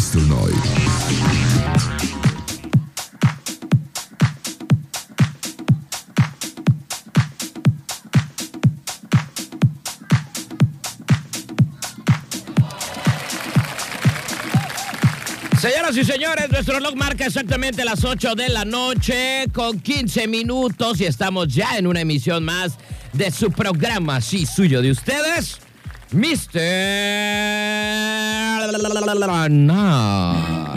Mr. Night. Señoras y señores, nuestro reloj marca exactamente las 8 de la noche con 15 minutos y estamos ya en una emisión más de su programa, sí, suyo de ustedes, Mr. Night.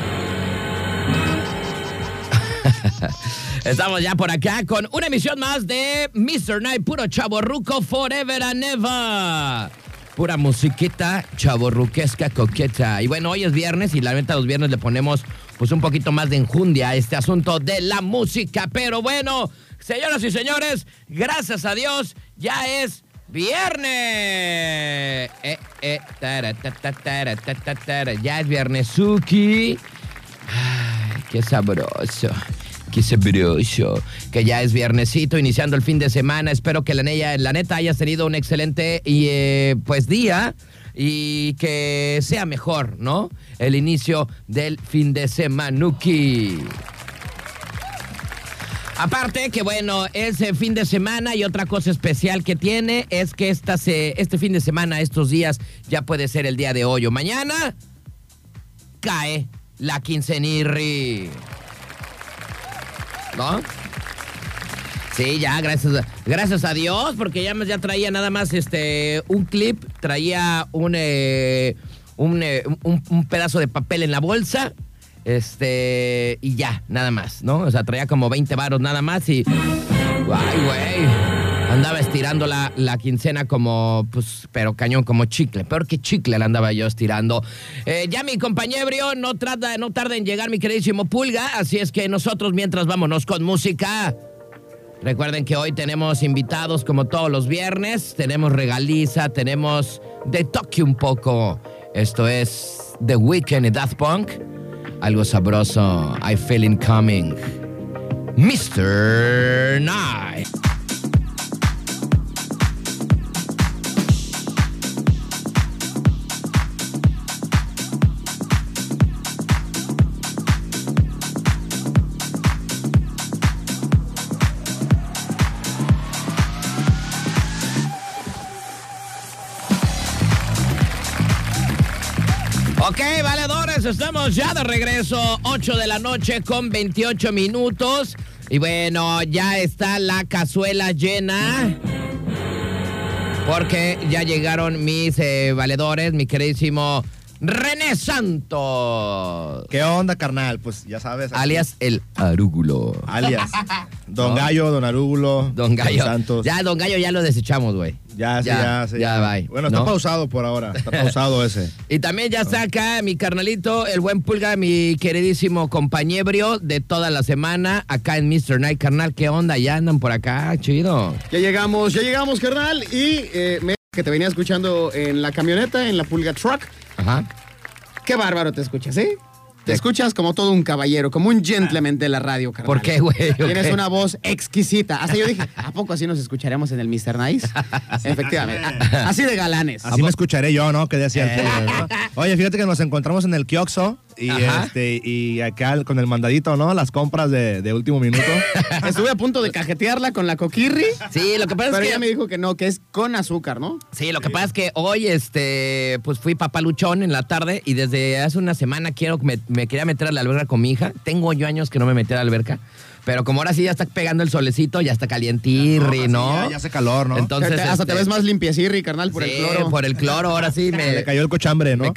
Estamos ya por acá con una emisión más de Mr. Night, puro chavorruco forever and ever. Pura musiquita chavorruquesca coqueta. Y bueno, hoy es viernes y la neta los viernes le ponemos pues un poquito más de enjundia a este asunto de la música. Pero bueno, señoras y señores, gracias a Dios, ya es viernes. Ya es viernesuki. Ay, qué sabroso. Qué sabroso, que ya es viernesito, iniciando el fin de semana. Espero que la neta hayas tenido un excelente pues día y que sea mejor, ¿no? El inicio del fin de semanuki. Aparte que bueno, es el fin de semana y otra cosa especial que tiene es que este fin de semana, estos días, ya puede ser el día de hoy o mañana, cae la quincenirri. ¿No? Sí, ya, gracias a Dios, porque ya traía nada más un clip, traía un pedazo de papel en la bolsa, y ya, nada más, ¿no? O sea, traía como 20 varos nada más y... ¡Ay, güey! Andaba estirando la quincena como, pues, pero cañón, como chicle. Peor que chicle la andaba yo estirando. Ya mi compañero no tarda en llegar mi queridísimo Pulga, así es que nosotros mientras vámonos con música. Recuerden que hoy tenemos invitados como todos los viernes, tenemos regaliza, tenemos de toque un poco. Esto es The Weeknd y Daft Punk. Algo sabroso, I Feel It Coming. Mr. Night. Ok, valedores, estamos ya de regreso, 8 de la noche con 28 minutos. Y bueno, ya está la cazuela llena. Porque ya llegaron mis valedores, mi queridísimo René Santos. ¿Qué onda, carnal? Pues ya sabes. Aquí. Alias el Arúgulo. Alias Don Gallo, Don Arúgulo. Don Gallo. Don Santos. Ya, Don Gallo ya lo desechamos, güey. Ya, bye. Bueno, está pausado por ahora. Está pausado ese. Y también ya está acá mi carnalito, el buen Pulga, mi queridísimo compañero de toda la semana, acá en Mr. Night, carnal. ¿Qué onda? Ya andan por acá, chido. Ya llegamos, carnal. Y que te venía escuchando en la camioneta, en la Pulga Truck. Ajá. Qué bárbaro te escuchas, ¿eh? Te escuchas como todo un caballero, como un gentleman de la radio, carnal. ¿Por qué, güey? Tienes una voz exquisita. Hasta yo dije, ¿a poco así nos escucharemos en el Mr. Nice? Efectivamente. Así de galanes. Así me escucharé yo, ¿no? Que decía el Pulga, ¿no? Oye, fíjate que nos encontramos en el Kioxo y acá con el mandadito, ¿no? Las compras de último minuto. Estuve a punto de cajetearla con la coquirri. Sí, lo que pasa es que... Pero ella me dijo que no, que es con azúcar, ¿no? Sí, lo que pasa es que hoy, pues fui papaluchón en la tarde y desde hace una semana me quería meter a la alberca con mi hija. Tengo yo años que no me metí a la alberca. Pero como ahora sí ya está pegando el solecito, ya está calientirri, ¿no? Ya hace calor, ¿no? Entonces, hasta te ves más limpiecirri, carnal, por sí, el cloro. por el cloro, ahora sí me cayó el cochambre, ¿no?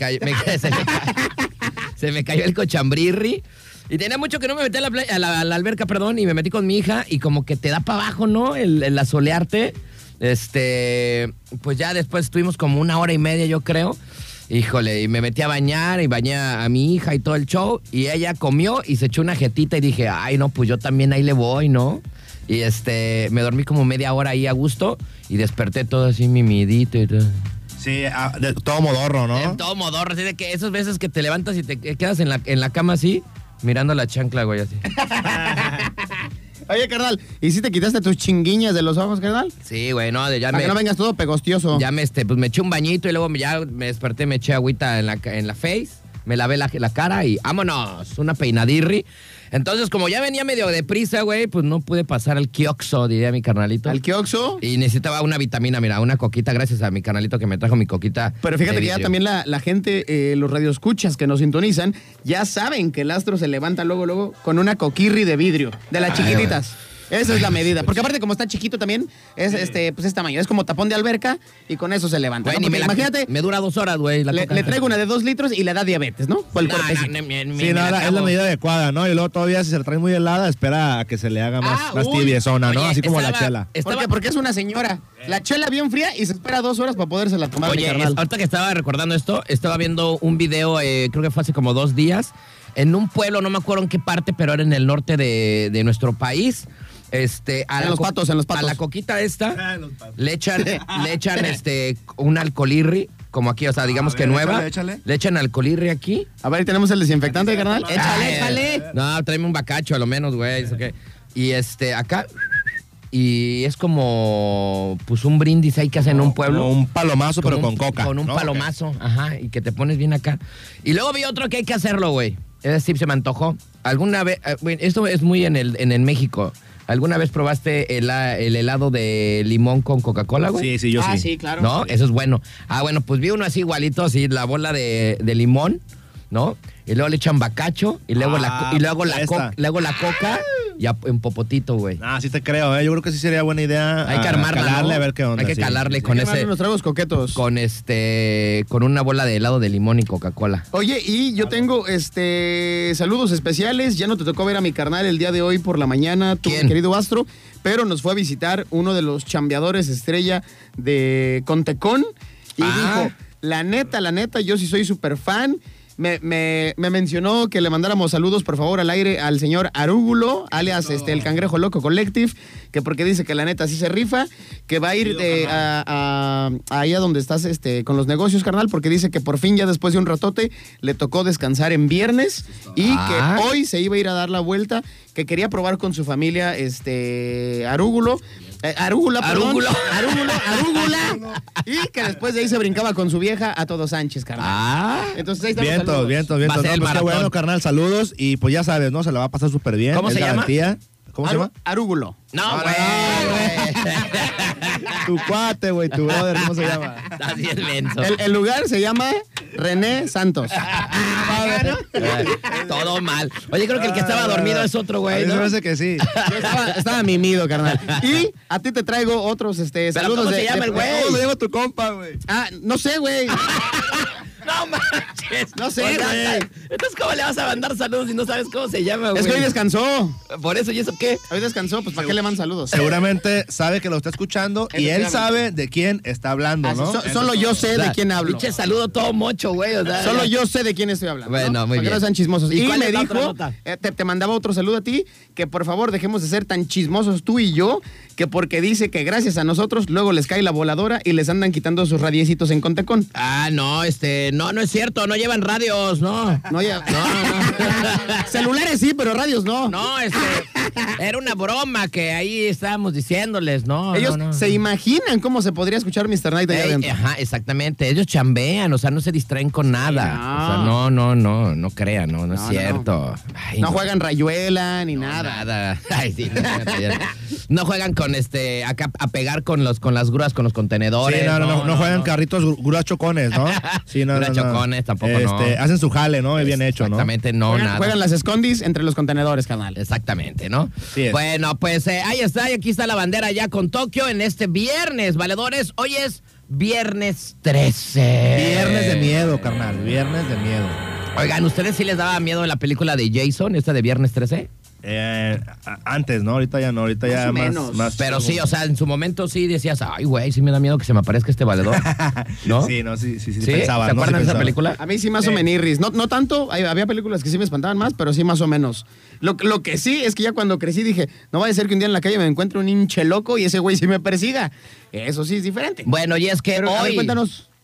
Se me cayó el cochambrirri. Y tenía mucho que no me metí a la alberca, perdón, y me metí con mi hija y como que te da para abajo, ¿no? El asolearte. Pues ya después estuvimos como 1 hora y media, yo creo. Híjole, y me metí a bañar y bañé a mi hija y todo el show. Y ella comió y se echó una jetita y dije, ay, no, pues yo también ahí le voy, ¿no? Y me dormí como media hora ahí a gusto y desperté todo así mimidito y todo. Sí, de todo modorro, ¿no? Todo modorro, así de que esas veces que te levantas y te quedas en la cama así, mirando la chancla, güey, así. Oye, carnal, ¿y si te quitaste tus chinguiñas de los ojos, carnal? Sí, güey, no, Para que no vengas todo pegostioso. Ya pues me eché un bañito y luego ya me desperté, me eché agüita en la face. me lavé la cara y vámonos, una peinadirri. Entonces, como ya venía medio deprisa, güey, pues no pude pasar al Kioxo, diría mi carnalito. ¿Al Kioxo? Y necesitaba una vitamina, mira, una coquita, gracias a mi carnalito que me trajo mi coquita. Pero fíjate que ya también la gente, los radioescuchas que nos sintonizan, ya saben que el astro se levanta luego con una coquirri de vidrio, de las chiquititas. Esa es la medida. Porque aparte, como está chiquito también, es tamaño. Es como tapón de alberca y con eso se levanta. Güey, ¿no? Imagínate. Me dura 2 horas, güey. Le traigo una de 2 litros y le da diabetes, ¿no? Por el cuerpecito. Sí, no, es la medida adecuada, ¿no? Y luego todavía si se la trae muy helada, espera a que se le haga más tibiezona, ¿no? Oye, así como la chela. ¿Por qué? Porque es una señora. La chela bien fría y se espera 2 horas para podérsela tomar. Oye, ahorita que estaba recordando esto, estaba viendo un video, creo que fue hace como 2 días, en un pueblo, no me acuerdo en qué parte, pero era en el norte de nuestro país. En los patos. A la coquita esta le echan un alcoholirri, como aquí, o sea, digamos que nueva. Échale. Le echan alcoholirri aquí. A ver, tenemos el desinfectante, carnal. Échale. No, tráeme un bacacho a lo menos, güey. Okay. Y acá. Y es como, pues, un brindis ahí que hacen en un pueblo. Como un palomazo, pero con coca. Con un palomazo, ajá, y que te pones bien acá. Y luego vi otro que hay que hacerlo, güey. Es decir, se me antojó. Alguna vez, esto es muy en el México. ¿Alguna vez probaste el helado de limón con Coca-Cola, güey? Sí, yo sí. Sí, claro. ¿No? Sí. Eso es bueno. Bueno, pues vi uno así igualito, así, la bola de limón, ¿no? Y luego le echan bacacho y luego la coca y en popotito, güey. Sí te creo, ¿eh? Yo creo que sí sería buena idea. Hay que armarla, calarle, ¿no? a ver qué onda. Hay que calarle con ese. Unos tragos coquetos. Con una bola de helado de limón y Coca-Cola. Oye, y yo tengo saludos especiales. Ya no te tocó ver a mi carnal el día de hoy por la mañana, tu querido Astro, pero nos fue a visitar uno de los chambeadores estrella de Contecón y dijo, la neta, yo sí soy súper fan. Me mencionó que le mandáramos saludos, por favor, al aire al señor Arúgulo, alias el Cangrejo Loco Collective, que porque dice que la neta sí se rifa, que va a ir allá donde estás con los negocios, carnal, porque dice que por fin ya después de un ratote le tocó descansar en viernes y que hoy se iba a ir a dar la vuelta, que quería probar con su familia Arúgulo. Arúgula. Y que después de ahí se brincaba con su vieja a Todo Sánchez, carnal. Entonces ahí estamos. Vientos. Va a ser el pues qué maratón. bueno, carnal, saludos. Y pues ya sabes, ¿no? Se la va a pasar súper bien. ¿Cómo se llama? ¿Cómo se llama? Arúgulo. No, güey. Tu cuate, güey, tu brother, ¿cómo se llama? Así es menso. El lugar se llama René Santos. Todo mal. Oye, creo que el que estaba dormido es otro, güey, ¿no? Me parece que sí. Estaba mimido, carnal. Y a ti te traigo otros saludos. ¿Cómo se llama el güey? ¿Cómo se llama tu compa, güey? No sé, güey. No manches. No sé, Oye, güey. Entonces, ¿cómo le vas a mandar saludos si no sabes cómo se llama, güey? Es que hoy descansó. Por eso, ¿y eso qué? Hoy descansó, pues ¿para qué le mandan saludos? Seguramente sabe que lo está escuchando y él sabe de quién está hablando, ¿no? Solo yo sé de quién hablo. Pinche saludo todo mocho, güey. O sea, Solo yo sé de quién estoy hablando. Bueno, ¿no? muy Para bien. que no sean chismosos. ¿Y Y cuál me es la otra dijo, nota? te mandaba otro saludo a ti, que por favor dejemos de ser tan chismosos tú y yo, que porque dice que gracias a nosotros luego les cae la voladora y les andan quitando sus radiecitos en Contecón. No, no es cierto, no llevan radios, no. No. Celulares sí, pero radios no. No, era una broma que ahí estábamos diciéndoles, no. Ellos no. se imaginan cómo se podría escuchar Mr. Night allá adentro. Ajá, exactamente. Ellos chambean, o sea, no se distraen con nada. no. O sea, no crean, no es cierto. Ay, No juegan rayuela ni no, nada. Ay, sí, no juegan con acá a pegar con las grúas, con los contenedores. Sí, no juegan carritos grúas chocones, ¿no? Sí, Grúas chocones, tampoco no. Hacen su jale, ¿no? Bien hecho, ¿no? Exactamente, no, nada. Juegan las escondis entre los contenedores, carnal. Exactamente, ¿no? Sí es. Bueno, pues ahí está, y aquí está la bandera ya con Tokio en este viernes, valedores. Hoy es viernes 13. Viernes de miedo, carnal. Viernes de miedo. Oigan, ¿ustedes sí les daba miedo la película de Jason, esta de viernes 13? Antes, ¿no? Ahorita ya no, ahorita Más ya o menos. más. Pero sí, o sea, en su momento sí decías, ay, güey, sí me da miedo que se me aparezca este valedor, ¿no? Sí, no, sí ¿Sí? pensaba, ¿Se ¿no? acuerdan de esa Sí pensaba. película? A mí sí más o menos. No tanto, había películas que sí me espantaban más, pero sí más o menos. Lo que sí es que ya cuando crecí dije, no vaya a ser que un día en la calle me encuentre un hinche loco y ese güey sí me persiga. Eso sí es diferente. Bueno, y es que Pero, a ver, hoy... cuéntanos.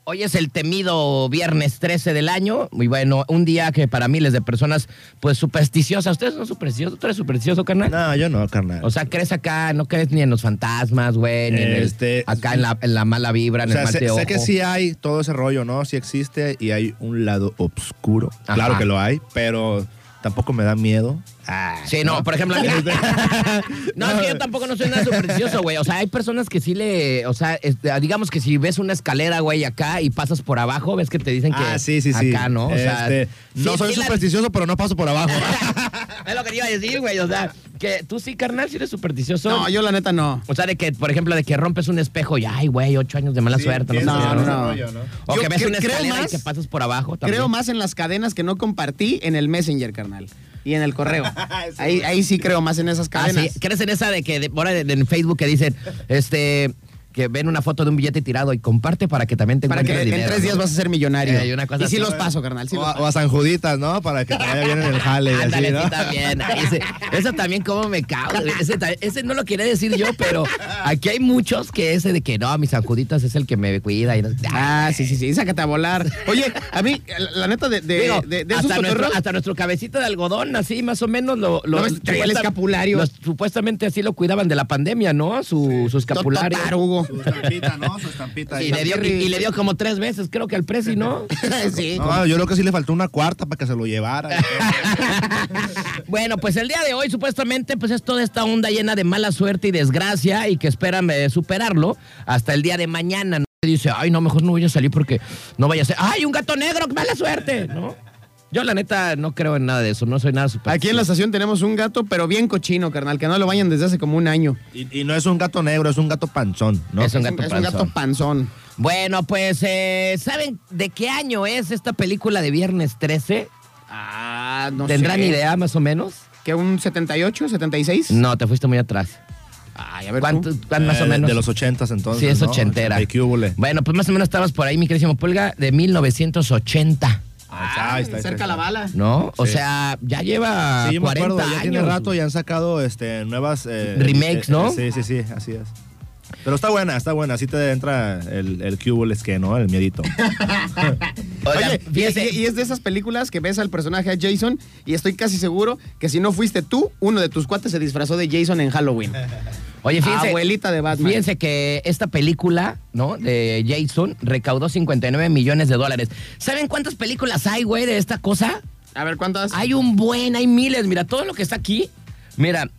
Hoy es el temido viernes 13 del año. Muy bueno, un día que para miles de personas, pues supersticiosas. ¿Ustedes son supersticiosos? ¿Tú eres supersticioso, carnal? No, yo no, carnal. O sea, ¿crees acá? ¿No crees ni en los fantasmas, güey? Ni acá en la mala vibra, en el mal de ojo. Sé que sí hay todo ese rollo, ¿no? Sí existe y hay un lado oscuro. Ajá. Claro que lo hay, pero tampoco me da miedo. Sí, no, por ejemplo, no, es que yo tampoco no soy nada supersticioso, güey. O sea, hay personas que sí o sea, digamos que si ves una escalera, güey, acá y pasas por abajo, ves que te dicen que sí. acá, ¿no? O sea, no soy supersticioso, pero no paso por abajo. Es lo que te iba a decir, güey. O sea, que tú sí, carnal, si eres supersticioso. No, yo la neta no. O sea, de que, por ejemplo, de que rompes un espejo y, ay, güey, 8 años de mala suerte. No. O Yo que ves una escalera más, y que pasas por abajo también. Creo más en las cadenas que no compartí en el Messenger, carnal. Y en el correo. Ahí sí creo más en esas cadenas. ¿Sí? ¿Crees en esa de que ahora en Facebook que dicen, que ven una foto de un billete tirado y comparte para que también te encuentres dinero? En 3 días vas a ser millonario. Y sí los paso, carnal. Sí o a San Juditas, ¿no? Para que te vaya bien en el jale. Ándale, así, ¿no? sí, también. Eso también como me causa. Ese no lo quería decir yo, pero aquí hay muchos que ese de que no, mi San Juditas es el que me cuida. Y no, sí, sácate a volar. Oye, a mí, la neta, de esos cotorros... hasta nuestro cabecito de algodón, así más o menos traía el escapulario. Supuestamente así lo cuidaban de la pandemia, ¿no? Su escapulario. Hugo. Su estampita, ¿no? Su estampita. Y le dio como 3 veces, creo que al Prezi, ¿no? Sí. No, yo creo que sí le faltó una cuarta para que se lo llevara. Bueno, pues el día de hoy supuestamente pues es toda esta onda llena de mala suerte y desgracia y que esperan superarlo hasta el día de mañana. ¿No? Dice, ay, no, mejor no voy a salir porque no vaya a ser, ay, un gato negro, mala suerte, ¿no? Yo, la neta, no creo en nada de eso, no soy nada supersticioso. Aquí en la estación tenemos un gato, pero bien cochino, carnal, que no lo bañan desde hace como un año. Y no es un gato negro, es un gato panzón, ¿no? Es un gato panzón. Bueno, pues, ¿saben de qué año es esta película de Viernes 13? No ¿Tendrán sé. idea, más o menos? ¿Que un 78, 76? No, te fuiste muy atrás. Ay, a ver, ¿Cuánto más o menos? De los 80s entonces, Sí, es ¿no? ochentera. ¿De qué hubole? Bueno, pues más o menos estabas por ahí, mi queridísimo Pulga, de 1980. Ahí está. Cerca la bala. ¿No? O Sí. sea, ya lleva Sí, yo me 40 acuerdo, años. ya tiene rato y han sacado nuevas... Remakes, ¿no? Sí, así es. Pero está buena, así te entra el cubole, es que, ¿no? El miedito. Oye, fíjese. Y es de esas películas que ves al personaje a Jason y estoy casi seguro que si no fuiste tú, uno de tus cuates se disfrazó de Jason en Halloween. Oye, fíjense. Abuelita de Batman. Fíjense que esta película, ¿no? De Jason recaudó $59 millones. ¿Saben cuántas películas hay, güey, de esta cosa? A ver, ¿cuántas? Hay hay miles. Mira, todo lo que está aquí. Mira,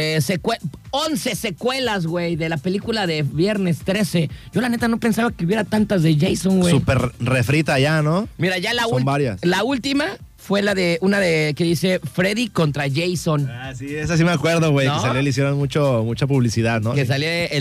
11 secuelas, güey, de la película de Viernes 13. Yo, la neta, no pensaba que hubiera tantas de Jason, güey. Súper refrita ya, ¿no? Mira, ya Son varias. La última fue una de que dice Freddy contra Jason. Sí, esa sí me acuerdo, güey. ¿No? Que salió, le hicieron mucha publicidad, ¿no? Que salía el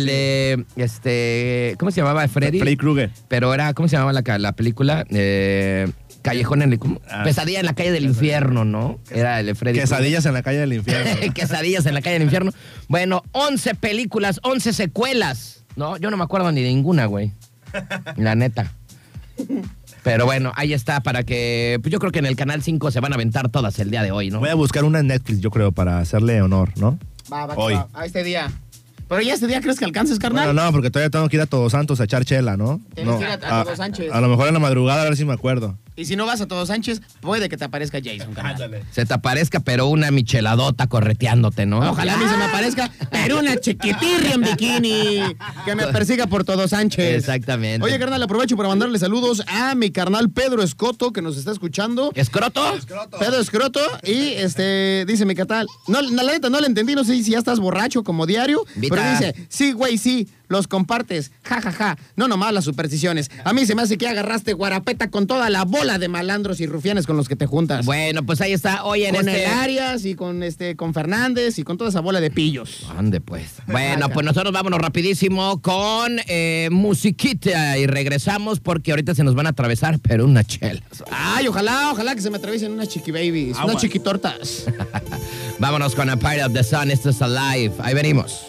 de, ¿cómo se llamaba? Freddy. Freddy Krueger. Pero era, ¿cómo se llamaba la película? Callejón Pesadilla en la calle del infierno, ¿no? Era el de Freddy. Quesadillas en la calle del infierno. Quesadillas en la calle del infierno. Bueno, 11 películas, 11 secuelas. No, yo no me acuerdo ni de ninguna, güey. La neta. Pero bueno, ahí está para que... Pues yo creo que en el Canal 5 se van a aventar todas el día de hoy, ¿no? Voy a buscar una en Netflix, yo creo, para hacerle honor, ¿no? Hoy. Va, a este día. Pero ya este día, ¿crees que alcances, carnal? Bueno, no, porque todavía tengo que ir a Todos Santos a echar chela, ¿no? Tienes No, que ir a Todos Sánchez. A lo mejor en la madrugada, a ver si me acuerdo. Y si no vas a Todos Sánchez, puede que te aparezca Jason, carnal. Se te aparezca, pero una micheladota correteándote, ¿no? Ojalá a mí se me aparezca, pero una chiquitirria en bikini que me persiga por Todos Sánchez. Exactamente. Oye, carnal, aprovecho para mandarle saludos a mi carnal Pedro Escoto, que nos está escuchando. ¿Escroto? Pedro Escroto, y dice mi carnal, no, la neta no le entendí, no sé si ya estás borracho como diario, Vita. pero dice, sí, güey, sí, los compartes, ja, no nomás las supersticiones. A mí se me hace que agarraste guarapeta con toda la bola de malandros y rufianes con los que te juntas. Bueno, pues ahí está. Oye, Con el Arias y con Fernández y con toda esa bola de pillos. Ande, pues. Bueno, pues nosotros vámonos rapidísimo con musiquita y regresamos porque ahorita se nos van a atravesar, pero unas chelas. Ay, ojalá que se me atraviesen unas chiqui babies, unas chiquitortas. Vámonos con A Part of the Sun, esto es Alive. Ahí venimos.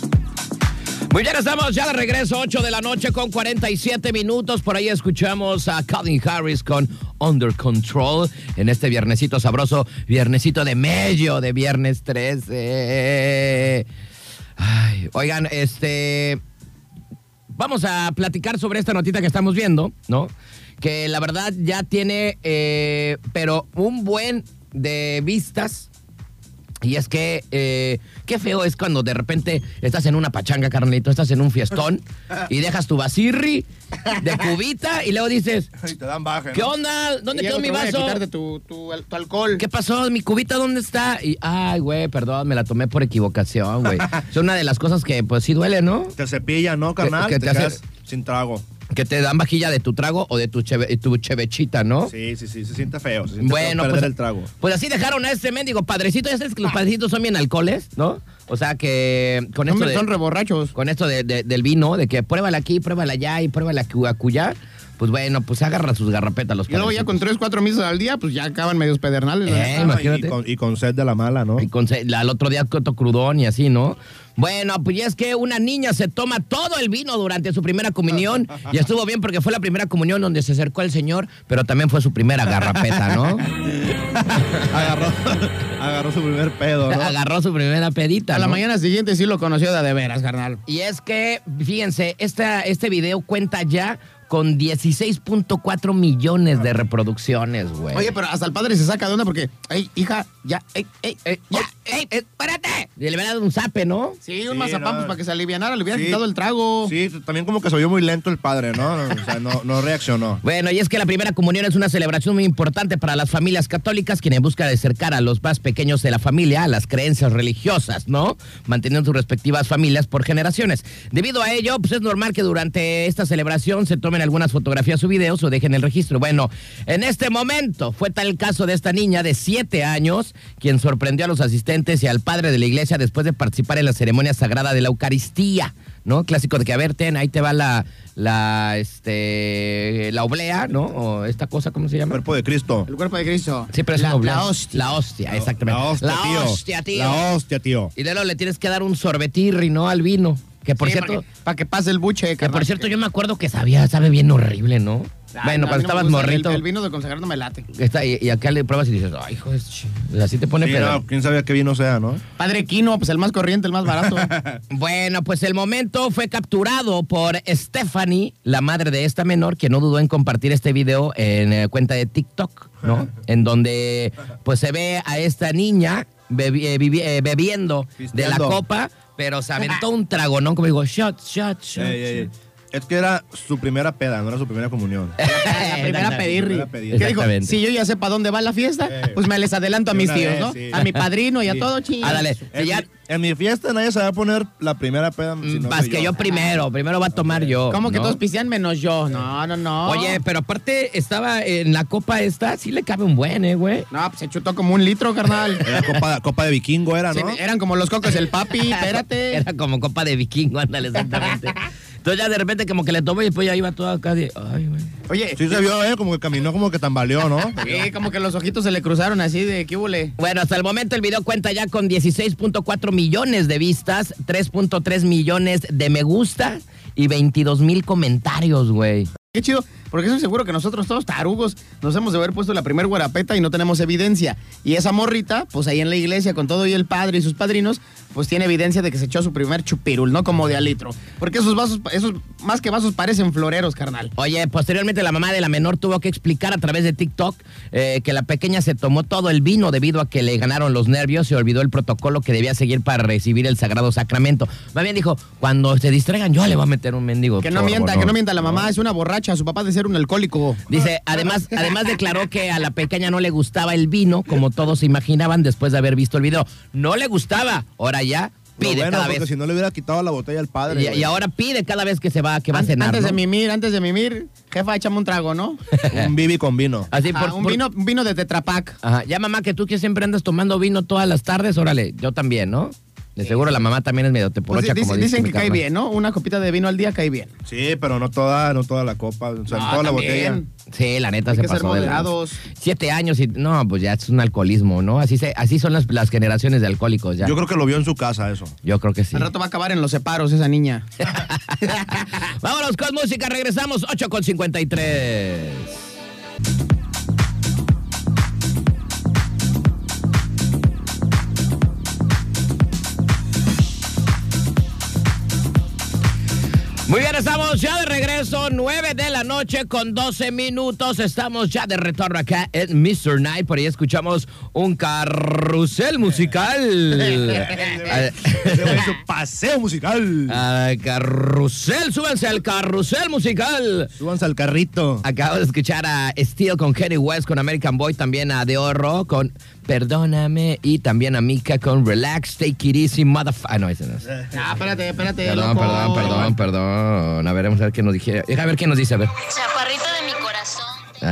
Muy bien, estamos ya de regreso, 8 de la noche con 47 minutos. Por ahí escuchamos a Calvin Harris con Under Control en este viernesito sabroso, viernesito de medio de Viernes 13. Ay, oigan, vamos a platicar sobre esta notita que estamos viendo, ¿no? Que la verdad ya tiene, pero un buen de vistas. Y es que, qué feo es cuando de repente estás en una pachanga, carnalito, estás en un fiestón y dejas tu vasirri de cubita y luego dices... Y te dan baja, ¿no? ¿Qué onda? ¿Dónde quedó mi vaso? Voy a quitarte tu alcohol. ¿Qué pasó? ¿Mi cubita dónde está? Y, ay, güey, perdón, me la tomé por equivocación, güey. Es una de las cosas que, pues, sí duele, ¿no? Te cepilla, ¿no, carnal? Que te quedas sin trago. Que te dan vajilla de tu trago o de tu chevechita, ¿no? Sí, se siente feo. Se siente Bueno, feo perder pues, el trago. Pues así dejaron a ese mendigo padrecito. Ya sabes que los padrecitos son bien alcoholes, ¿no? O sea que con esto Son reborrachos. Con esto del vino, de que pruébala aquí, pruébala allá y pruébala acullá. Pues bueno, pues agarra sus garrapetas los Y luego ya con 3, 4 misas al día, pues ya acaban medios pedernales. Imagínate. Y con sed de la mala, ¿no? Y al otro día coto crudón y así, ¿no? Bueno, pues ya es que una niña se toma todo el vino durante su primera comunión y estuvo bien porque fue la primera comunión donde se acercó al Señor, pero también fue su primera garrapeta, ¿no? Agarró su primer pedo, ¿no? Agarró su primera pedita, A la ¿no? mañana siguiente sí lo conoció de veras, carnal. Y es que, fíjense, este video cuenta ya con 16.4 millones de reproducciones, güey. Oye, pero hasta el padre se saca de onda porque, ey, hija, ya, espérate. Y le habían dado un zape, ¿no? Sí, un mazapán pues, para que se alivianara, le hubiera quitado el trago. Sí, también como que se oyó muy lento el padre, ¿no? O sea, no reaccionó. Bueno, y es que la primera comunión es una celebración muy importante para las familias católicas, quienes buscan acercar a los más pequeños de la familia a las creencias religiosas, ¿no? Manteniendo sus respectivas familias por generaciones. Debido a ello, pues es normal que durante esta celebración se tomen algunas fotografías o videos o dejen el registro. Bueno, en este momento fue tal el caso de esta niña de 7 años, quien sorprendió a los asistentes y al padre de la iglesia después de participar en la ceremonia sagrada de la Eucaristía, ¿no? Clásico de que, a ver, ahí te va la oblea, ¿no? O esta cosa, ¿cómo se llama? El cuerpo de Cristo. El cuerpo de Cristo. Sí, pero es una oblea. La hostia. La hostia, exactamente. La hostia, tío. tío. La hostia, tío. Y luego le tienes que dar un sorbetirri, ¿no? Al vino. Que por cierto... Para que pase el buche, Que carnal. por cierto, yo me acuerdo que sabe bien horrible, ¿no? Bueno, cuando estabas morrito. El vino de consagrar no me late. Y acá le pruebas y dices, ay, hijo, así te pone Sí, pedo. no, quién sabía qué vino sea, ¿no? Padre Quino, pues el más corriente, el más barato. Bueno, pues el momento fue capturado por Stephanie, la madre de esta menor, que no dudó en compartir este video en cuenta de TikTok, ¿no? En donde pues se ve a esta niña bebiendo de la copa, pero se aventó un trago, ¿no? Como digo, shot. Ey. Es que era su primera peda, no era su primera comunión. La primera pedirri. Primera pedirri. ¿Qué dijo? Exactamente. Si yo ya sé para dónde va la fiesta, pues me les adelanto a mis una tíos, vez, ¿no? sí. A mi padrino y a Sí. todo, chingados. Ándale. En mi fiesta nadie se va a poner la primera peda. Si no Más soy que yo primero va a tomar yo. ¿Cómo que ¿no? todos pistean menos yo? No. Oye, pero aparte estaba en la copa esta, sí le cabe un buen, güey. No, pues se chutó como 1 litro, carnal. Era copa de vikingo, era, ¿no? Sí, eran como los cocos el papi, espérate. Era como copa de vikingo, ándale, exactamente. Entonces ya de repente como que le tomó y después ya iba todo acá de, ay, güey. Oye, Sí se vio, como que caminó, como que tambaleó, ¿no? sí, como que los ojitos se le cruzaron así de ¿qué hule? Bueno, hasta el momento el video cuenta ya con 16.4 millones de vistas, 3.3 millones de me gusta y 22,000 comentarios, güey. Qué chido, porque estoy seguro que nosotros todos tarugos nos hemos de haber puesto la primer guarapeta y no tenemos evidencia. Y esa morrita, pues ahí en la iglesia con todo y el padre y sus padrinos, pues tiene evidencia de que se echó su primer chupirul, ¿no? Como de a litro. Porque esos vasos, esos más que vasos parecen floreros, carnal. Oye, posteriormente la mamá de la menor tuvo que explicar a través de TikTok que la pequeña se tomó todo el vino debido a que le ganaron los nervios y olvidó el protocolo que debía seguir para recibir el sagrado sacramento. Más bien dijo, cuando se distraigan yo le voy a meter un mendigo. Que no chorro, mienta, que no mienta, la mamá es una borracha, su papá de ser un alcohólico. Dice, además declaró que a la pequeña no le gustaba el vino, como todos se imaginaban después de haber visto el video. No le gustaba, ahora ya pide bueno, cada porque vez. si no le hubiera quitado la botella al padre. Y ahora pide cada vez que va a cenar, Antes ¿no? antes de mimir, jefa, échame un trago, ¿no? Un bibi con vino. Así Un vino de Tetra Pak. Ajá. Ya, mamá, que tú que siempre andas tomando vino todas las tardes, órale, yo también, ¿no? De seguro la mamá también es medio teporocha, Pues como dicen mi que cae carnal. bien, ¿no? Una copita de vino al día cae bien. Sí, pero no toda la copa, o sea, No, toda la también. botella. Sí, la neta Hay se que ser pasó de moderados. 7 años y no, pues ya es un alcoholismo, ¿no? Así son las generaciones de alcohólicos ya. Yo creo que lo vio en su casa eso. Yo creo que sí. Al rato va a acabar en los separos esa niña. Vámonos con música, regresamos 8:53. Muy bien, estamos ya de regreso, 9 de la noche con 12 minutos. Estamos ya de retorno acá en Mr. Night. Por ahí escuchamos un carrusel musical. Su paseo musical. Carrusel, súbanse al carrusel musical. Súbanse al carrito. Acabo de escuchar a Steel con Kenny West, con American Boy, también a De Oro con Perdóname y también a Mika con Relax, Take It Easy, Motherfucker. Ah, no, ese no es. Espérate, Perdón, loco. perdón. A ver, vamos a ver qué nos dije. A ver qué nos dice, a ver. Chaparrito de mi corazón.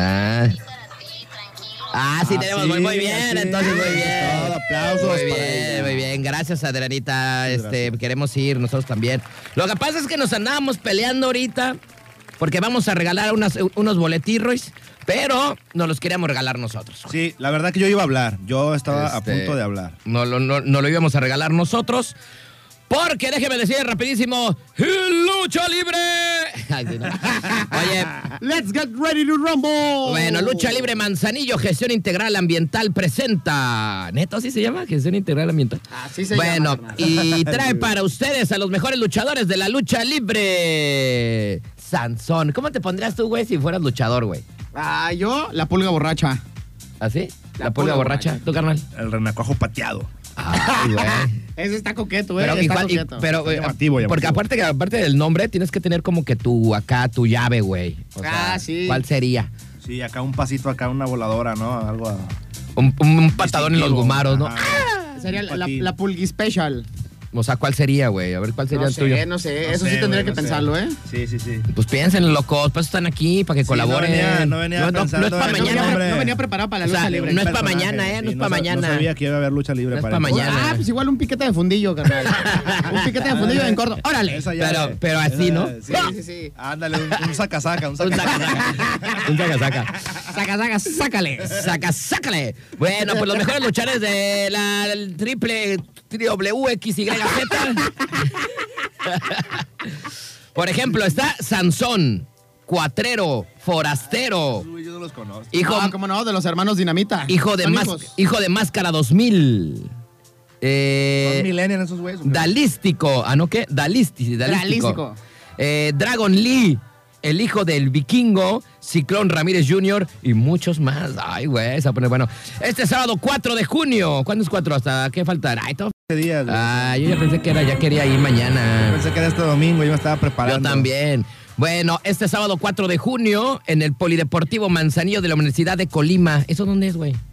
Sí, tenemos. sí, muy bien, sí. entonces muy bien. Todo, aplausos Muy para bien, ella. muy bien. Gracias, Adrianita. Gracias. Queremos ir nosotros también. Lo que pasa es que nos andábamos peleando ahorita porque vamos a regalar unos boletirros, pero nos los queríamos regalar nosotros. Sí, la verdad que yo iba a hablar. Yo estaba a punto de hablar. No lo íbamos a regalar nosotros. Porque déjeme decir rapidísimo, ¡lucha libre! Ay, sí, no. Oye, Let's get ready to rumble. bueno, Lucha Libre Manzanillo, Gestión Integral Ambiental presenta. ¿Neto así se llama? Gestión Integral Ambiental. Así se bueno, llama. y trae para ustedes a los mejores luchadores de la lucha libre. Sansón. ¿Cómo te pondrías tú, güey, si fueras luchador, güey? Yo, la pulga borracha. ¿Así? La La pulga pulga borracha. borracha. ¿Tú, carnal? El renacuajo pateado. Ay, güey. Ese está coqueto, Pero, está igual- coqueto. pero, Llamativo. porque aparte del nombre, tienes que tener como que tu llave, güey. O sea, sí. ¿cuál sería? Sí, acá un pasito, acá una voladora, ¿no? Algo. Un patadón en los distintivo. gumaros, ¿no? Ajá. Sería la Patín. Pulgui Special. O sea, ¿cuál sería, güey? A ver, ¿cuál sería el tuyo? No sé. No Eso sé, sí tendría güey, que no sé. pensarlo, ¿eh? Sí. Pues piensen, locos, pues están aquí para que Sí, colaboren. no venía pensando no es para en el mañana. nombre. No venía preparado para la O sea, lucha libre. no es pa' Personaje, mañana, ¿eh? No es pa' mañana. No sabía que iba a haber lucha libre No es para pa' entonces. mañana. Pues igual un piquete de fundillo, carnal. Un piquete de fundillo en corto. ¡Órale! Esa llave. Pero así, ¿no? Sí. Sí. Ándale, un saca-saca, un Un saca-saca. saca-saca. Un saca-saca. Sácale. Sácale. Bueno, pues los mejores luchadores de la triple WXYZ. Por ejemplo, está Sansón, Cuatrero, Forastero, Uy, yo no los conozco. ¿Cómo no? De los hermanos Dinamita. hijo de Máscara 2000. Son millennials esos güeyes. ¿o qué? Dalístico. ¿No qué? Dalístico. Dragon Lee, el hijo del vikingo, Ciclón Ramírez Jr. y muchos más. Ay, güey, se va a poner bueno. Este sábado 4 de junio. ¿Cuándo es 4? ¿Hasta qué falta? Ay, todo. Días, güey. Yo ya pensé que ya quería ir mañana. Pensé que era este domingo, yo me estaba preparando. Yo también. Bueno, este sábado 4 de junio en el Polideportivo Manzanillo de la Universidad de Colima. ¿Eso dónde es, güey?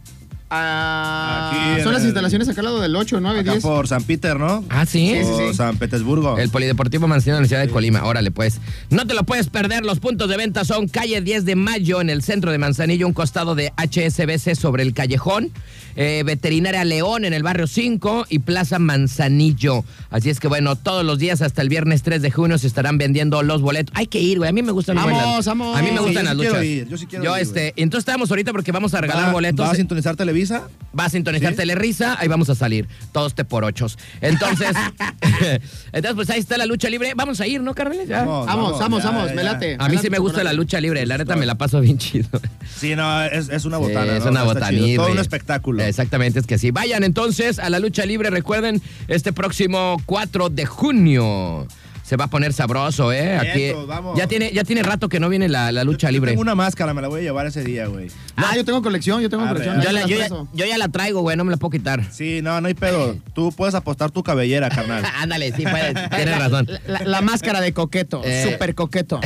Aquí son en las el- instalaciones acá al lado del 8, 9, Acá 10. por San Peter, ¿no? Ah, ¿sí? O San Petersburgo. El Polideportivo Manzanillo de la Universidad de Colima. Órale, pues. No te lo puedes perder. Los puntos de venta son calle 10 de Mayo en el centro de Manzanillo, un costado de HSBC sobre el Callejón, Veterinaria León en el barrio 5 y Plaza Manzanillo. Así es que, bueno, todos los días hasta el viernes 3 de junio se estarán vendiendo los boletos. Hay que ir, güey. A mí me gustan Vamos. A mí me Sí, gustan yo las sí quiero luchas. ir, yo sí quiero ir, güey. Entonces estamos ahorita porque vamos a regalar boletos. ¿Va a sintonizar Televisa? Va a sintonizar ¿Sí? Telerisa, ahí vamos a salir, todos te por ochos. Entonces, pues ahí está la lucha libre. Vamos a ir, ¿no, carnales? Ya. Vamos, ya, me ya. late. A mí sí me gusta la lucha libre, la neta me la paso bien chido. Sí, no, es una botana. Es ¿no? una Está botanita. chido. Todo un espectáculo. Exactamente, es que sí. Vayan entonces a la lucha libre, recuerden, este próximo 4 de junio. Se va a poner sabroso, ¿eh? Aquí Vientos, vamos. ya tiene rato que no viene la lucha Yo libre. tengo una máscara, me la voy a llevar ese día, güey. Yo tengo colección, Arre, colección. arre. Yo ya la traigo, güey, no me la puedo quitar. Sí, no hay pedo. Tú puedes apostar tu cabellera, carnal. Ándale, sí, puedes, tienes razón. La máscara de coqueto, súper coqueto.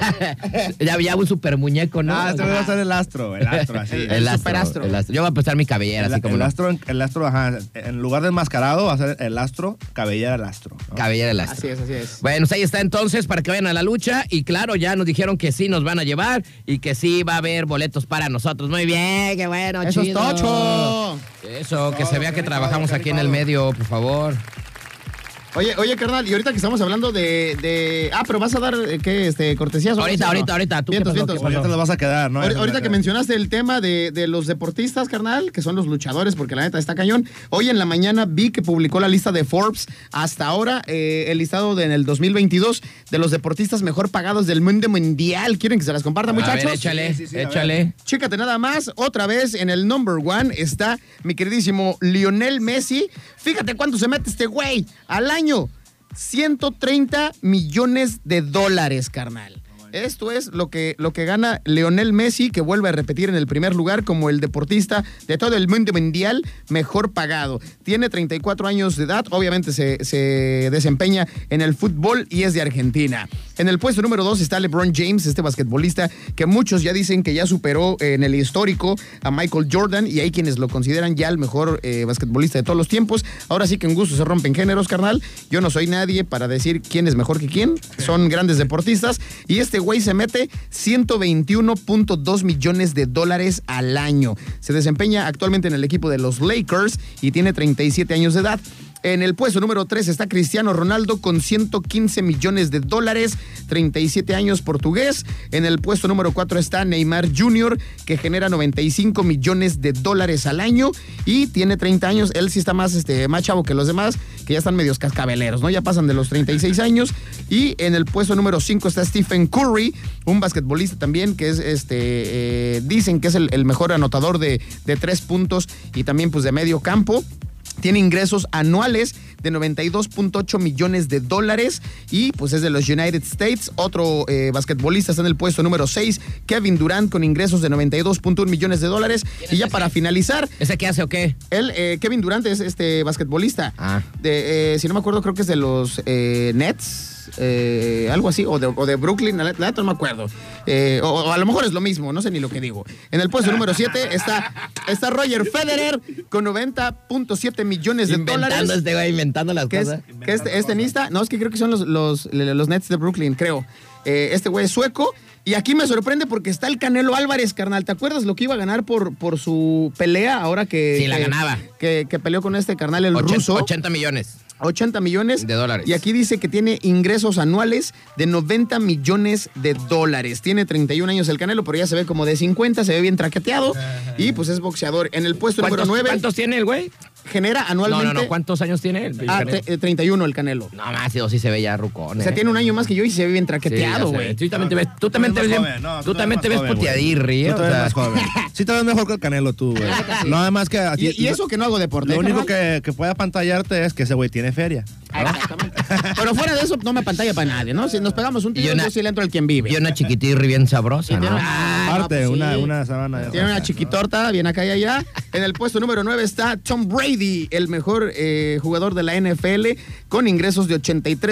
ya un super muñeco, ¿no? Este va a ser el astro, así. El superastro. astro. Yo voy a prestar mi cabellera, así como el no. astro, ajá. En lugar de enmascarado, va a ser el astro, cabellera el astro. ¿no? Cabellera el astro. Así es. Bueno, pues ahí está entonces para que vayan a la lucha. Y claro, ya nos dijeron que sí nos van a llevar y que sí va a haber boletos para nosotros. Muy bien, qué bueno, ¡Eso es chido. tocho! Eso, que se vea que trabajamos aquí en el medio, por favor. Oye, carnal, y ahorita que estamos hablando pero vas a dar, ¿qué? Cortesías. ¿o Ahorita. ¿Tú qué Vientos, pasó? vientos. ¿Qué pasó? Ya te lo vas a quedar, ¿no? Ahorita que mencionaste el tema de los deportistas, carnal, que son los luchadores, porque la neta está cañón. Hoy en la mañana vi que publicó la lista de Forbes, hasta ahora, el listado en el 2022 de los deportistas mejor pagados del mundo mundial. ¿Quieren que se las comparta, muchachos? A ver, échale, Sí, a échale. Chécate nada más, otra vez en el number one está mi queridísimo Lionel Messi. Fíjate cuánto se mete este güey al año. 130 millones de dólares, carnal. Esto es lo que gana Lionel Messi, que vuelve a repetir en el primer lugar como el deportista de todo el mundo mundial mejor pagado. Tiene 34 años de edad, obviamente se desempeña en el fútbol y es de Argentina. En el puesto número 2 está LeBron James, este basquetbolista que muchos ya dicen que ya superó en el histórico a Michael Jordan, y hay quienes lo consideran ya el mejor basquetbolista de todos los tiempos. Ahora sí que en gusto se rompen géneros, carnal. Yo no soy nadie para decir quién es mejor que quién. Son grandes deportistas, y este güey se mete 121.2 millones de dólares al año. Se desempeña actualmente en el equipo de los Lakers y tiene 37 años de edad. En el puesto número 3 está Cristiano Ronaldo con 115 millones de dólares, 37 años, portugués. En el puesto número 4 está Neymar Jr., que genera 95 millones de dólares al año y tiene 30 años. Él sí está más chavo que los demás, que ya están medios cascabeleros, ¿no? Ya pasan de los 36 años. Y en el puesto número 5 está Stephen Curry, un basquetbolista también que es, dicen que es el mejor anotador de 3 puntos y también pues de medio campo. Tiene ingresos anuales de 92.8 millones de dólares y pues es de los United States. Otro basquetbolista está en el puesto número 6, Kevin Durant, con ingresos de 92.1 millones de dólares. Y ya para finalizar... ¿Ese qué hace o qué? Él, Kevin Durant es basquetbolista. Si no me acuerdo, creo que es de los Nets. Algo así, o de Brooklyn, la neta no me acuerdo. O a lo mejor es lo mismo, no sé ni lo que digo. En el puesto número 7 está Roger Federer con 90.7 millones de dólares. Inventando las cosas. Que es tenista. No, es que creo que son los Nets de Brooklyn, creo. Este güey es sueco. Y aquí me sorprende porque está el Canelo Álvarez, carnal. ¿Te acuerdas lo que iba a ganar por su pelea ahora que... Sí, la ganaba. Que peleó con este carnal, el ruso. 80 millones. 80 millones de dólares. Y aquí dice que tiene ingresos anuales de 90 millones de dólares. Tiene 31 años el Canelo, pero ya se ve como de 50, se ve bien traqueteado y pues es boxeador. En el puesto número 9... ¿Cuántos tiene el güey? Genera anualmente... No, ¿cuántos años tiene el Canelo? 31 el Canelo. No más, sí se ve ya rucón. O sea, tiene un año más que yo y se ve bien traqueteado, güey. Sí, tú también te ves bien... Tú también te ves puteadirri, Tú te ves más joven. Sí te ves mejor que el Canelo tú, güey. Nada más que... Y eso que no hago deporte. Lo único que puede apantallarte es que ese güey tiene feria. Exactamente. Pero fuera de eso, no me pantalla para nadie, ¿no? Si nos pegamos un tiro, yo sí le entro al quien vive. Y una chiquitirri bien sabrosa, ¿no? Aparte, una sabana. Tiene una chiquitorta, bien acá y allá. En el puesto número 9 está Tom Brady, el mejor jugador de la NFL, con ingresos de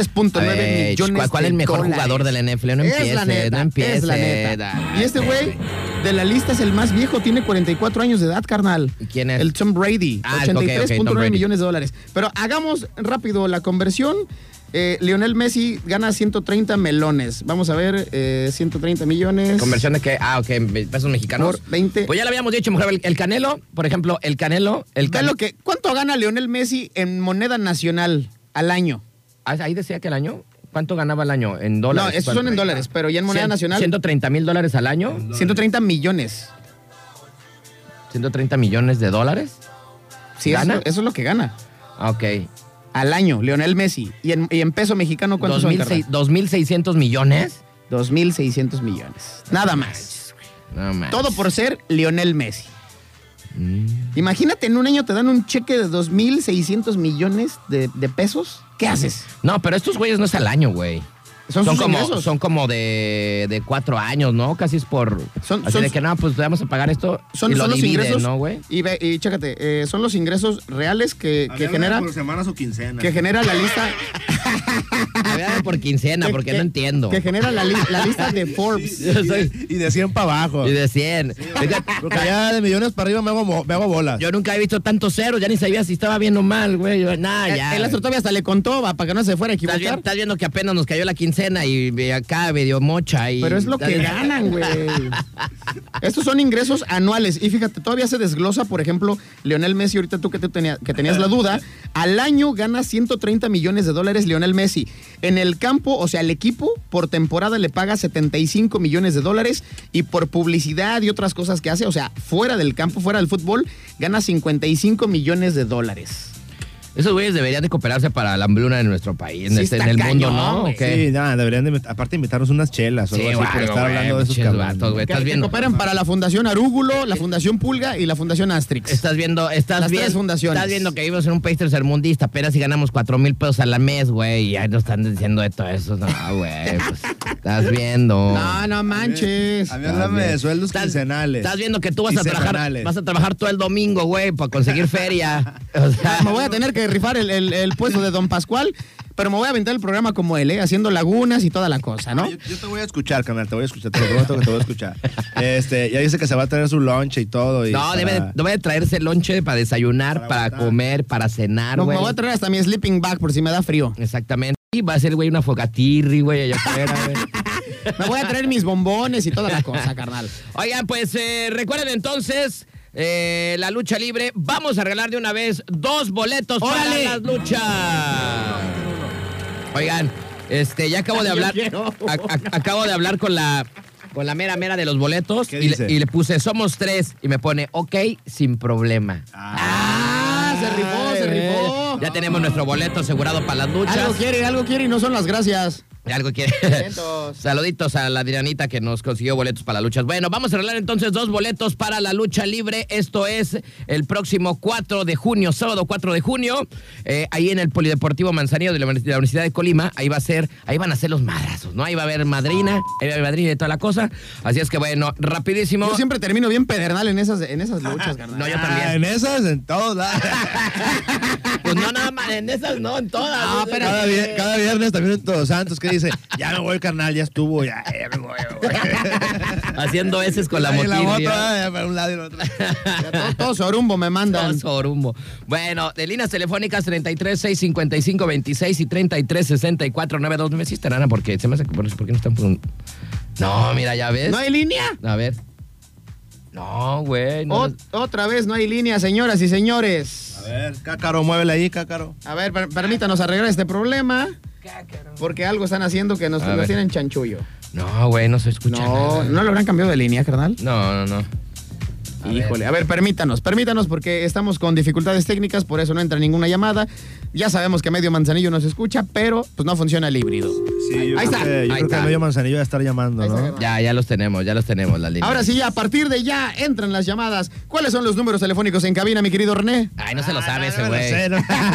83.9 millones. ¿Cuál es el mejor jugador de la NFL? No empieces, no empieces. Es la neta. Y este güey de la lista es el más viejo, tiene 44 años de edad, carnal. ¿Y quién es? El Tom Brady, 83.9 millones de dólares. Pero hagamos rápido la conversión. Lionel Messi gana 130 melones. Vamos a ver, 130 millones. ¿Conversión de qué? Pesos mexicanos. Por 20. Pues ya lo habíamos dicho, mujer. El Canelo, por ejemplo, el Canelo. ¿Cuánto gana Lionel Messi en moneda nacional al año? Ahí decía que el año. ¿Cuánto ganaba al año? ¿En dólares? No, estos son en dólares, pero ya en moneda nacional. $130,000 al año. 130 millones. ¿130 millones de dólares? Sí, eso es lo que gana. Ok. Al año, Lionel Messi. ¿Y en peso mexicano cuánto son? ¿2,600 millones? 2,600 millones. Nada más. No más. Todo por ser Lionel Messi. Imagínate, en un año te dan un cheque de 2,600 millones de pesos. ¿Qué haces? No, pero estos güeyes no es al año, güey. Son como de 4 años, ¿no? Casi es por... de que no, pues le vamos a pagar esto y lo dividen, ingresos, ¿no, güey? Y chécate, son los ingresos reales que genera... por semanas o quincenas. Que genera la lista... por quincena, porque no entiendo. Que genera la lista de Forbes. Y de 100 para abajo. Y de 100. Porque allá de millones para arriba me hago bolas. Yo nunca he visto tantos ceros, ya ni sabía si estaba bien o mal, güey. Ya. El astro todavía hasta le contó, para que no se fuera a equivocar. Estás viendo que apenas nos cayó la quincena y acá medio mocha. Pero es lo que ganan, güey. Estos son ingresos anuales. Y fíjate, todavía se desglosa, por ejemplo, Lionel Messi, ahorita tú que tenías la duda, al año gana 130 millones de dólares Lionel Messi. En el campo, o sea, el equipo, por temporada le paga 75 millones de dólares y por publicidad y otras cosas que hace, o sea, fuera del campo, fuera del fútbol, gana 55 millones de dólares. Esos güeyes deberían de cooperarse para la hambruna de nuestro país, Sí, en el mundo, ¿no? güey. ¿O qué? Sí, nada, deberían de, aparte invitarnos unas chelas o algo así por güey, estar hablando de esos pinches cabrones. vatos, güey. ¿Estás Que viendo? cooperan para la Fundación Arúgulo, la Fundación Pulga y la Fundación Astrix. Estás viendo Las tres fundaciones. Estás viendo que vivimos en un país tercermundista, apenas si ganamos 4,000 pesos al mes, güey, y ya nos están diciendo de todo eso. No, güey, pues, estás viendo. No manches. A mí háblame de sueldos quincenales. Estás viendo que tú y semanales. vas a trabajar todo el domingo, güey, para conseguir feria. O sea, Me voy a tener que rifar el puesto de Don Pascual, pero me voy a aventar el programa como él, haciendo lagunas y toda la cosa, ¿no? Yo te voy a escuchar, carnal, te voy a escuchar, te lo prometo que te voy a escuchar. Ya dice que se va a traer su lunch y todo. Y no, debe de traerse lonche para desayunar, para comer, para cenar, No, güey. me voy a traer hasta mi sleeping bag por si me da frío. Exactamente. Y va a ser, güey, una fogatirri, güey, allá afuera, güey. Me voy a traer mis bombones y toda la cosa, carnal. Oigan, pues recuerden entonces la lucha libre. Vamos a regalar de una vez 2 boletos ¡Órale! para las luchas. Oigan, ya acabo de hablar. Yo quiero. Acabo de hablar con la mera de los boletos. ¿Qué Y dice? le puse, somos 3. Y me pone, ok, sin problema. Se rifó. Ya tenemos nuestro boleto asegurado para las luchas. Algo quiere y no son las gracias. Algo quiere. Vientos. Saluditos a la Adrianita que nos consiguió boletos para las luchas. Bueno, vamos a arreglar entonces 2 boletos para la lucha libre. Esto es el próximo 4 de junio, sábado 4 de junio, ahí en el Polideportivo Manzanillo de la Universidad de Colima. Ahí van a ser los madrazos, ¿no? Ahí va a haber madrina, y toda la cosa. Así es que bueno, rapidísimo. Yo siempre termino bien pedernal en esas luchas, carnal. No, yo también. En esas, en todos lados. Pues no, nada más, en esas no, en todas. No, pero- Cada viernes también en Todos Santos, que dice, ya me voy, carnal, ya estuvo, ya me voy. Haciendo heces con la Ahí en motillo. moto, ya para un lado y el otro. Ya todo sorumbo me mandan. Sorumbo. Bueno, de líneas telefónicas 33 655 26 y 33 64 929. Sí estarán, porque se me hace que por qué no están por un... No, mira, ya ves. ¿No hay línea? A ver. No, güey. No. Otra vez no hay línea, señoras y señores. A ver, Cácaro, muévele ahí, Cácaro. A ver, permítanos arreglar este problema. Porque algo están haciendo que nos A ver. tienen chanchullo. No, güey, no se escucha No, nada. ¿no lo habrán cambiado de línea, carnal? No. Híjole, a ver, permítanos porque estamos con dificultades técnicas, por eso no entra ninguna llamada. Ya sabemos que medio Manzanillo nos escucha, pero pues no funciona el híbrido. Sí, yo Ahí creo está. que, yo Ahí creo que está. medio Manzanillo va a estar llamando, Ahí está, ¿no? carnal. Ya los tenemos, la línea. Ahora sí, a partir de ya entran las llamadas. ¿Cuáles son los números telefónicos en cabina, mi querido René? Ay, no se lo sabe ese me lo güey. sé,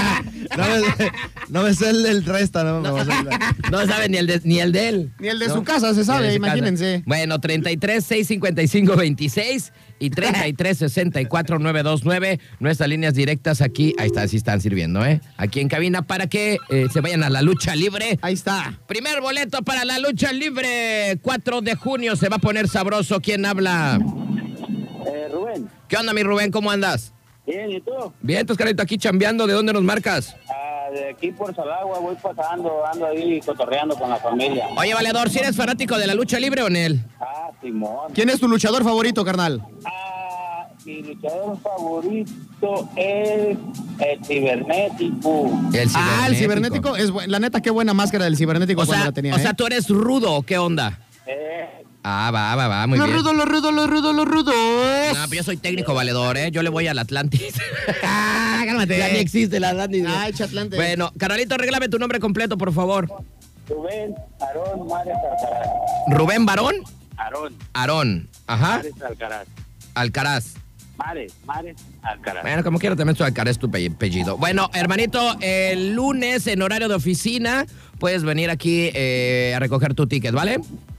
no me sé el resta, no. No sabe ni el de él. Ni el de ¿No? su casa se Ni el sabe, de su casa. imagínense. Bueno, 33 655 26 y 33 64 929. Nuestras líneas directas aquí. Ahí está, sí están sirviendo, ¿eh? Aquí en cabina para que se vayan a la lucha libre. Ahí está. Primer boleto para la lucha libre. 4 de junio se va a poner sabroso. ¿Quién habla? Rubén, ¿Qué onda, mi Rubén? ¿Cómo andas? bien, ¿y tú? Bien, Toscarito, aquí chambeando. ¿De dónde nos marcas? De aquí por Salagua voy pasando, ando ahí cotorreando con la familia. Oye, valedor, ¿si eres fanático de la lucha libre o en él? Simón. ¿Quién es tu luchador favorito, carnal? Mi luchador favorito es el cibernético. El cibernético es la neta, qué buena máscara del cibernético O cuando sea, la tenía. ¿eh? tú eres rudo, ¿qué onda? Va, muy Los bien. rudos. No, pero yo soy técnico valedor, ¿eh? Yo le voy al Atlantis. Cálmate. Ya ni existe el Atlantis. Ay, Chatlante. Bueno, Carnalito, arréglame tu nombre completo, por favor. Rubén, Aarón, Mares Alcaraz. ¿Rubén Barón? Aarón, Ajá. Mares Alcaraz. Alcaraz. Mares Alcaraz. Bueno, como quiera, también soy Alcaraz tu apellido. Bueno, hermanito, el lunes en horario de oficina puedes venir aquí a recoger tu ticket, ¿vale?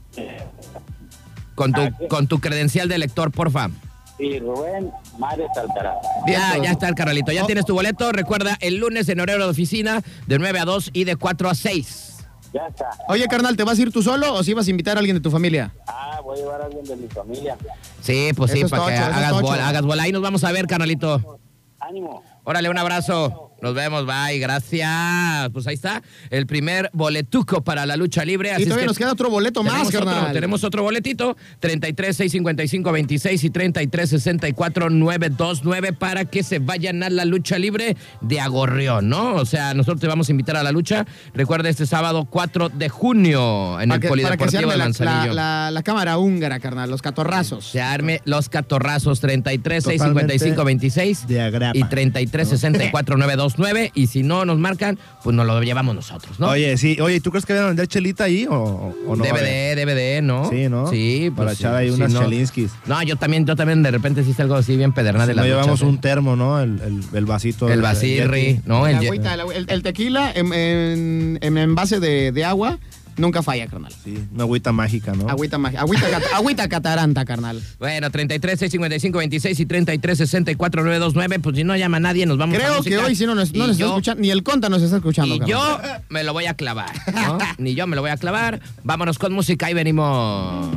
Con tu credencial de lector, porfa. Sí, Rubén, Mares Alcaraz. Ya está el carnalito. Ya tienes tu boleto. Recuerda, el lunes en horario de oficina, de 9 a 2 y de 4 a 6. Ya está. Oye, carnal, ¿te vas a ir tú solo o si vas a invitar a alguien de tu familia? Voy a llevar a alguien de mi familia. Sí, pues sí, Eso es para que tocho, eso es hagas tocho. hagas bola. Ahí nos vamos a ver, carnalito. Ánimo. Órale, un abrazo. Nos vemos, bye, gracias. Pues ahí está, el primer boletuco para la lucha libre. Y todavía nos queda otro boleto más, carnal. Tenemos otro boletito, 33 655 26 y 33 64 929 para que se vayan a la lucha libre de Agorrión, ¿no? O sea, nosotros te vamos a invitar a la lucha. Recuerda, este sábado 4 de junio en el Para que se Polideportivo arme de Manzanillo. la cámara húngara, carnal, los catorrazos. Se arme los catorrazos, 33 Totalmente 655 26 de agrapa. y 33 33-64-929. Y si no nos marcan, pues nos lo llevamos nosotros, ¿no? Oye, sí. Oye, ¿tú crees que van a vender chelita ahí o no? DVD, ¿no? Sí, ¿no? Sí, para pues echar ahí unas chelinskis. No, yo también de repente sí salgo así bien pedernal de las llevamos duchas, un termo, ¿no? El vasito. El vasirri, ¿no? El tequila en envase de agua nunca falla, carnal. Sí, una agüita mágica, ¿no? Agüita cataranta, carnal. Bueno, 33-655-26 y 33-64-929. Pues si no llama nadie, nos vamos a Creo que hoy sí no nos está escuchando, ni el Conta nos está escuchando, y carnal. yo me lo voy a clavar, ¿no? Ni yo me lo voy a clavar. Vámonos con música y venimos.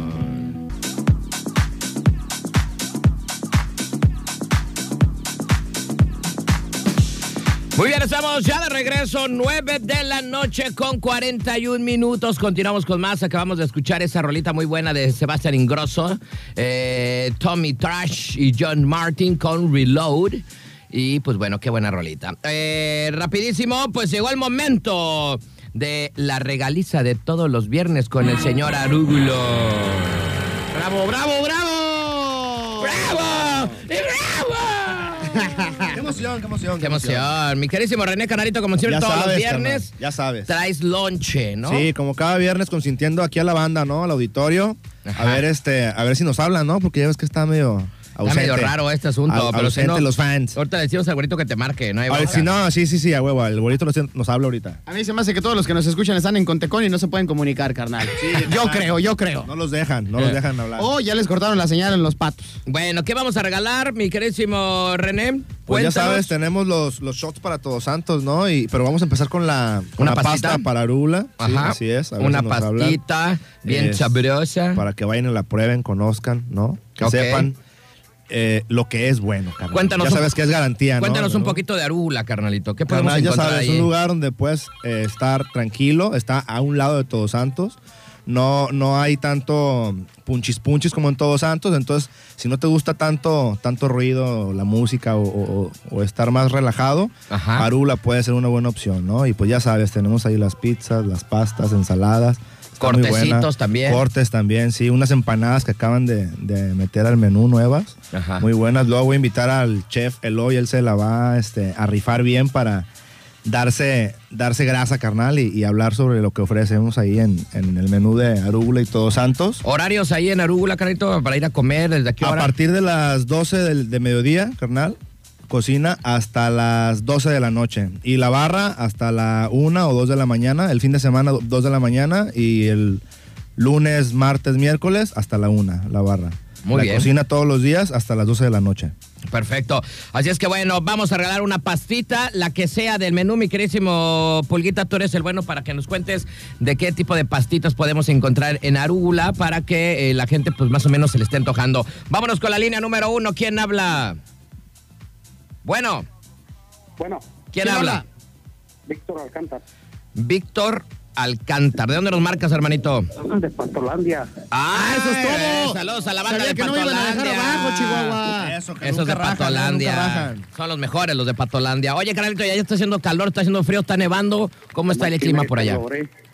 Muy bien, estamos ya de regreso, 9 de la noche con 41 minutos. Continuamos con más. Acabamos de escuchar esa rolita muy buena de Sebastián Ingrosso, Tommy Trash y John Martin con Reload. Y pues bueno, qué buena rolita. Rapidísimo, pues llegó el momento de la regaliza de todos los viernes con el señor Arúgulo. ¡Bravo, bravo, bravo! ¡Bravo! ¡Y bravo! ¡Qué emoción, qué emoción! ¡Qué emoción! Mi querísimo René Canarito, como siempre, todos los viernes. Carnal, ya sabes. Traes lonche, ¿no? Sí, como cada viernes consintiendo aquí a la banda, ¿no? Al auditorio. Ajá. A ver si nos hablan, ¿no? Porque ya ves que está medio ausente. Está medio raro este asunto. Pero ausente si no, los fans. Ahorita decimos al güerito que te marque, ¿no? A ver, si no, sí, a huevo. El güerito nos habla ahorita. A mí se me hace que todos los que nos escuchan están en Contecón y no se pueden comunicar, carnal. Sí, yo creo. No los dejan hablar. Oh, ya les cortaron la señal en los patos. Bueno, ¿qué vamos a regalar, mi queridísimo René? Pues ya sabes, tenemos los shots para Todos Santos, ¿no? Pero vamos a empezar con la pasta para Arúgula. Ajá. Sí, así es. Una pastita bien sabrosa. Para que vayan y la prueben, conozcan, ¿no? Que sepan lo que es bueno, carnal. Cuéntanos ya sabes que es garantía, ¿no? Cuéntanos un poquito de Arúgula, carnalito. ¿Qué podemos encontrar ya sabes, ahí? Un lugar donde puedes estar tranquilo. Está a un lado de Todos Santos. No hay tanto punchis como en Todos Santos. Entonces, si no te gusta tanto ruido, la música o estar más relajado, ajá, Arúgula puede ser una buena opción, ¿no? Y pues ya sabes, tenemos ahí las pizzas, las pastas, ensaladas. Cortecitos también. Cortes también, sí. Unas empanadas que acaban de meter al menú nuevas. Ajá. Muy buenas. Luego voy a invitar al chef Eloy. Él se la va a rifar bien para darse grasa, carnal, y hablar sobre lo que ofrecemos ahí en el menú de Arúgula y Todos Santos. ¿Horarios ahí en Arúgula, carnalito, para ir a comer? ¿Desde qué hora? A partir de las 12 de mediodía, carnal. Cocina hasta las 12 de la noche. Y la barra hasta la 1 o 2 de la mañana. El fin de semana, 2 de la mañana. Y el lunes, martes, miércoles, hasta la 1, la barra. Muy bien. La cocina todos los días hasta las 12 de la noche. Perfecto. Así es que bueno, vamos a regalar una pastita, la que sea del menú, mi queridísimo Pulguita. Tú eres el bueno para que nos cuentes de qué tipo de pastitas podemos encontrar en Arúgula para que la gente pues más o menos se le esté antojando. Vámonos con la línea número 1. ¿Quién habla? Bueno. ¿Quién habla? Víctor Alcántar. Víctor Alcántar. ¿De dónde nos marcas, hermanito? De Patolandia. ¡Ah, eso es todo! Saludos a la banda de Patolandia. No iban a dejar abajo, Chihuahua. Esos de Patolandia. Son los mejores, los de Patolandia. Oye, carnalito, ya está haciendo calor, está haciendo frío, está nevando. ¿Cómo está el clima por allá?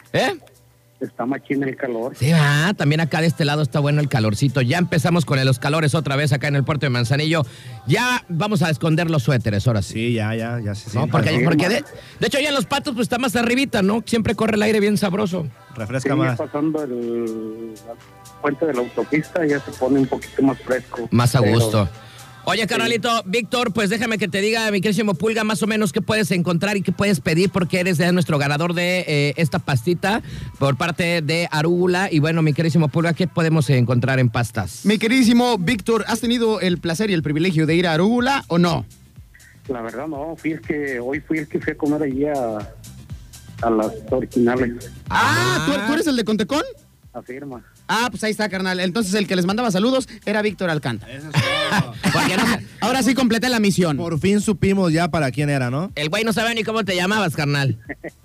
Está machín el calor. Sí, también acá de este lado está bueno el calorcito. Ya empezamos con los calores otra vez acá en el puerto de Manzanillo. Ya vamos a esconder los suéteres, ahora sí. Sí, ya sí. ¿No? Porque de hecho ya en los patos pues está más arribita, ¿no? Siempre corre el aire bien sabroso. Refresca más. Pasando la puente de la autopista ya se pone un poquito más fresco. Más a gusto. Oye, carnalito, Víctor, pues déjame que te diga, mi querísimo Pulga, más o menos qué puedes encontrar y qué puedes pedir, porque eres nuestro ganador de esta pastita por parte de Arúgula. Y bueno, mi querísimo Pulga, ¿qué podemos encontrar en pastas? Mi queridísimo Víctor, ¿has tenido el placer y el privilegio de ir a Arúgula o no? La verdad no, hoy fui el que fui a comer allí a las originales. ¿Tú eres el de Contecón? Afirma. Pues ahí está, carnal. Entonces el que les mandaba saludos era Víctor Alcántara. Eso es todo. Ahora sí completé la misión. Por fin supimos ya para quién era, ¿no? El güey no sabe ni cómo te llamabas, carnal.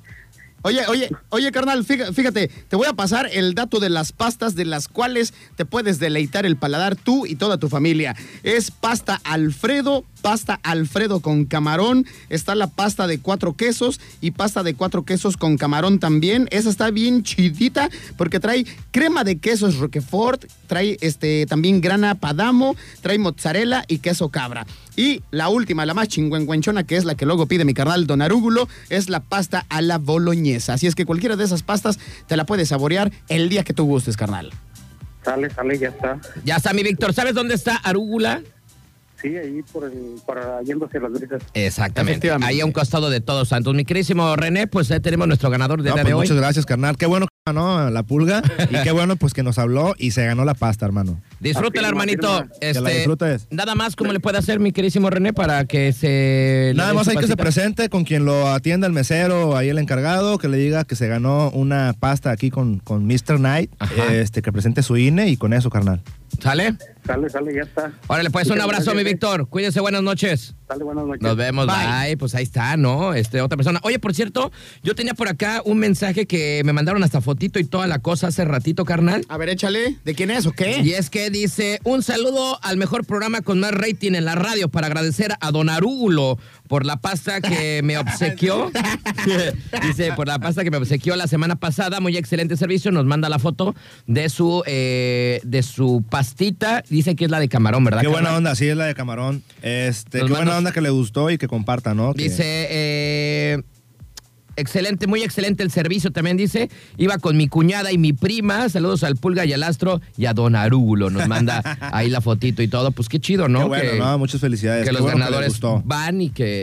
Oye, carnal, fíjate, te voy a pasar el dato de las pastas de las cuales te puedes deleitar el paladar tú y toda tu familia. Es pasta Alfredo pasta Alfredo con camarón, está la pasta de 4 quesos y pasta de 4 quesos con camarón también. Esa está bien chidita porque trae crema de quesos Roquefort, trae también grana padamo, trae mozzarella y queso cabra. Y la última, la más chingüengüenchona, que es la que luego pide mi carnal Don Arúgulo, es la pasta a la boloñesa. Así es que cualquiera de esas pastas te la puedes saborear el día que tú gustes, carnal. Sale, ya está. Ya está, mi Víctor. ¿Sabes dónde está Arúgula? Sí, ahí para yéndose las brisas. Exactamente. Ahí a un costado de Todos Santos. Mi querísimo René, pues tenemos nuestro ganador de día de hoy. Muchas gracias, carnal. Qué bueno que ganó la pulga y qué bueno pues que nos habló y se ganó la pasta, hermano. Disfrútela, hermanito. Que la disfrutes. Nada más, ¿cómo le puede hacer mi querísimo René para que se... Nada más hay que se presente con quien lo atienda, el mesero, ahí el encargado, que le diga que se ganó una pasta aquí con Mr. Knight, que presente su INE y con eso, carnal. ¿Sale? Sale, ya está. Órale, pues un abrazo, mi Víctor. Cuídense, buenas noches. Sale, buenas noches. Nos vemos, bye. Pues ahí está, ¿no? Otra persona. Oye, por cierto, yo tenía por acá un mensaje que me mandaron hasta fotito y toda la cosa hace ratito, carnal. A ver, échale. ¿De quién es o qué? Y es que dice, un saludo al mejor programa con más rating en la radio para agradecer a Don Arúgulo por la pasta que me obsequió. Dice, por la pasta que me obsequió la semana pasada. Muy excelente servicio. Nos manda la foto de su pastita. Dice que es la de camarón, ¿verdad? Qué buena onda, sí, es la de camarón. Qué buena onda que le gustó y que comparta, ¿no? Dice, excelente, muy excelente el servicio, también dice. Iba con mi cuñada y mi prima. Saludos al Pulga y al Astro y a Don Arúgulo. Nos manda ahí la fotito y todo. Pues qué chido, ¿no? Qué bueno, ¿no? Muchas felicidades. Que los ganadores van y que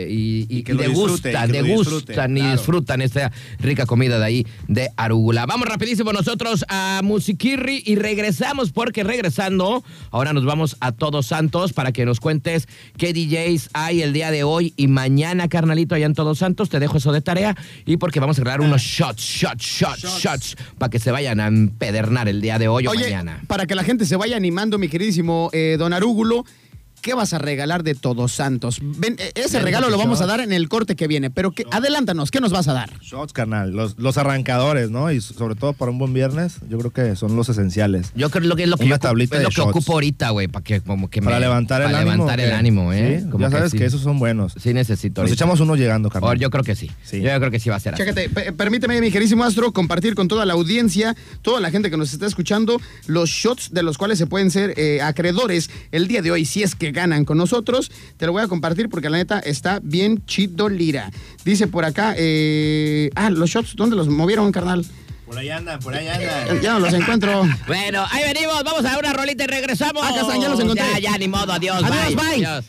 disfrutan esta rica comida de ahí de Arúgula. Vamos rapidísimo nosotros a Musiquirri y regresamos porque regresando, ahora nos vamos a Todos Santos para que nos cuentes qué DJs hay el día de hoy y mañana, carnalito, allá en Todos Santos. Te dejo eso de tarea. Y porque vamos a crear unos shots para que se vayan a empedernar el día de hoy o mañana. Para que la gente se vaya animando, mi queridísimo Don Arúgulo, ¿qué vas a regalar de Todos Santos? Ese regalo lo vamos a dar en el corte que viene, pero adelántanos, ¿qué nos vas a dar? Shots, carnal, los arrancadores, ¿no? Y sobre todo para un buen viernes, yo creo que son los esenciales. Yo creo que es lo que una tablita es lo de que shots. ocupo ahorita, güey, para levantar el ánimo, ¿eh? ¿Sí? Ya sabes que esos son buenos. Sí necesito. Nos echamos uno llegando, carnal. Yo creo que sí. Yo creo que sí va a ser así. Chécate, permíteme, mi queridísimo Astro, compartir con toda la audiencia, toda la gente que nos está escuchando, los shots de los cuales se pueden ser acreedores el día de hoy, si es que ganan con nosotros. Te lo voy a compartir porque la neta está bien chido lira. Dice por acá, los shots, ¿dónde los movieron, carnal? Por ahí andan. Ya no los encuentro. Bueno, ahí venimos, vamos a una rolita y regresamos. Acá están, ya los encontré. Ya, ni modo, adiós, bye. Adiós.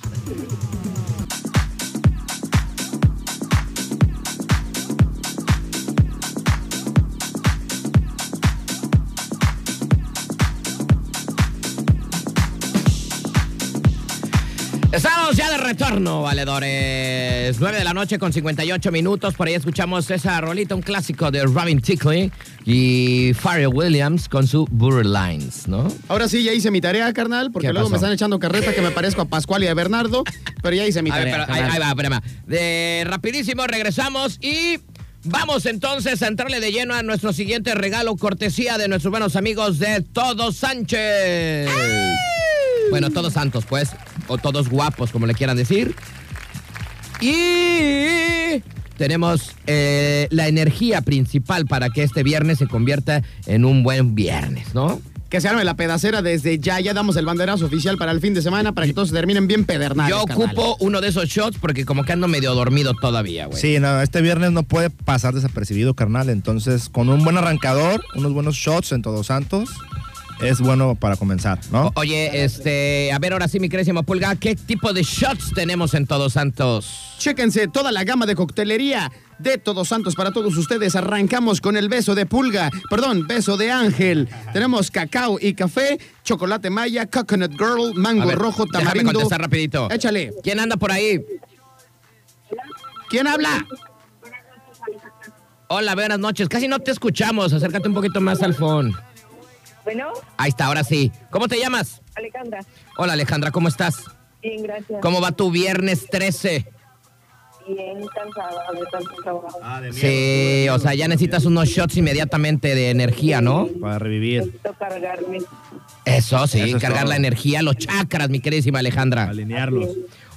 Estamos ya de retorno, valedores. 9 de la noche con 58 minutos. Por ahí escuchamos esa rolita, un clásico de Robin Thicke y Pharrell Williams con su Borderlines, ¿no? Ahora sí, ya hice mi tarea, carnal, porque luego me están echando carreta que me parezco a Pascual y a Bernardo, pero ya hice mi tarea. Ahí va, espérame. Rapidísimo, regresamos y vamos entonces a entrarle de lleno a nuestro siguiente regalo, cortesía de nuestros buenos amigos de Todos Sánchez. ¡Ay! Bueno, Todos Santos, pues, o Todos Guapos, como le quieran decir. Y tenemos la energía principal para que este viernes se convierta en un buen viernes, ¿no? Que se arme la pedacera desde ya. Ya damos el banderazo oficial para el fin de semana para que todos terminen bien pedernales. Yo ocupo uno de esos shots porque como que ando medio dormido todavía, güey. Sí, no, este viernes no puede pasar desapercibido, carnal. Entonces, con un buen arrancador, unos buenos shots en Todos Santos, es bueno para comenzar, ¿no? Oye, a ver, ahora sí, mi querísimo Pulga, ¿qué tipo de shots tenemos en Todos Santos? Chéquense toda la gama de coctelería de Todos Santos para todos ustedes. Arrancamos con el beso de Pulga, beso de ángel. Tenemos cacao y café, chocolate maya, coconut girl, mango rojo, tamarindo. Déjame contestar rapidito. Échale. ¿Quién anda por ahí? ¿Quién habla? Hola, buenas noches. Casi no te escuchamos. Acércate un poquito más al phone. Bueno. Ahí está, ahora sí. ¿Cómo te llamas? Alejandra. Hola, Alejandra, ¿cómo estás? Bien, gracias. ¿Cómo va tu viernes 13? Bien, cansada de tanto trabajo. Sí, o sea, ya necesitas unos shots inmediatamente de energía, ¿no? Para revivir. Necesito cargarme. Eso, sí, Eso es cargar todo. la energía, los chakras, mi queridísima Alejandra. Alinearlos.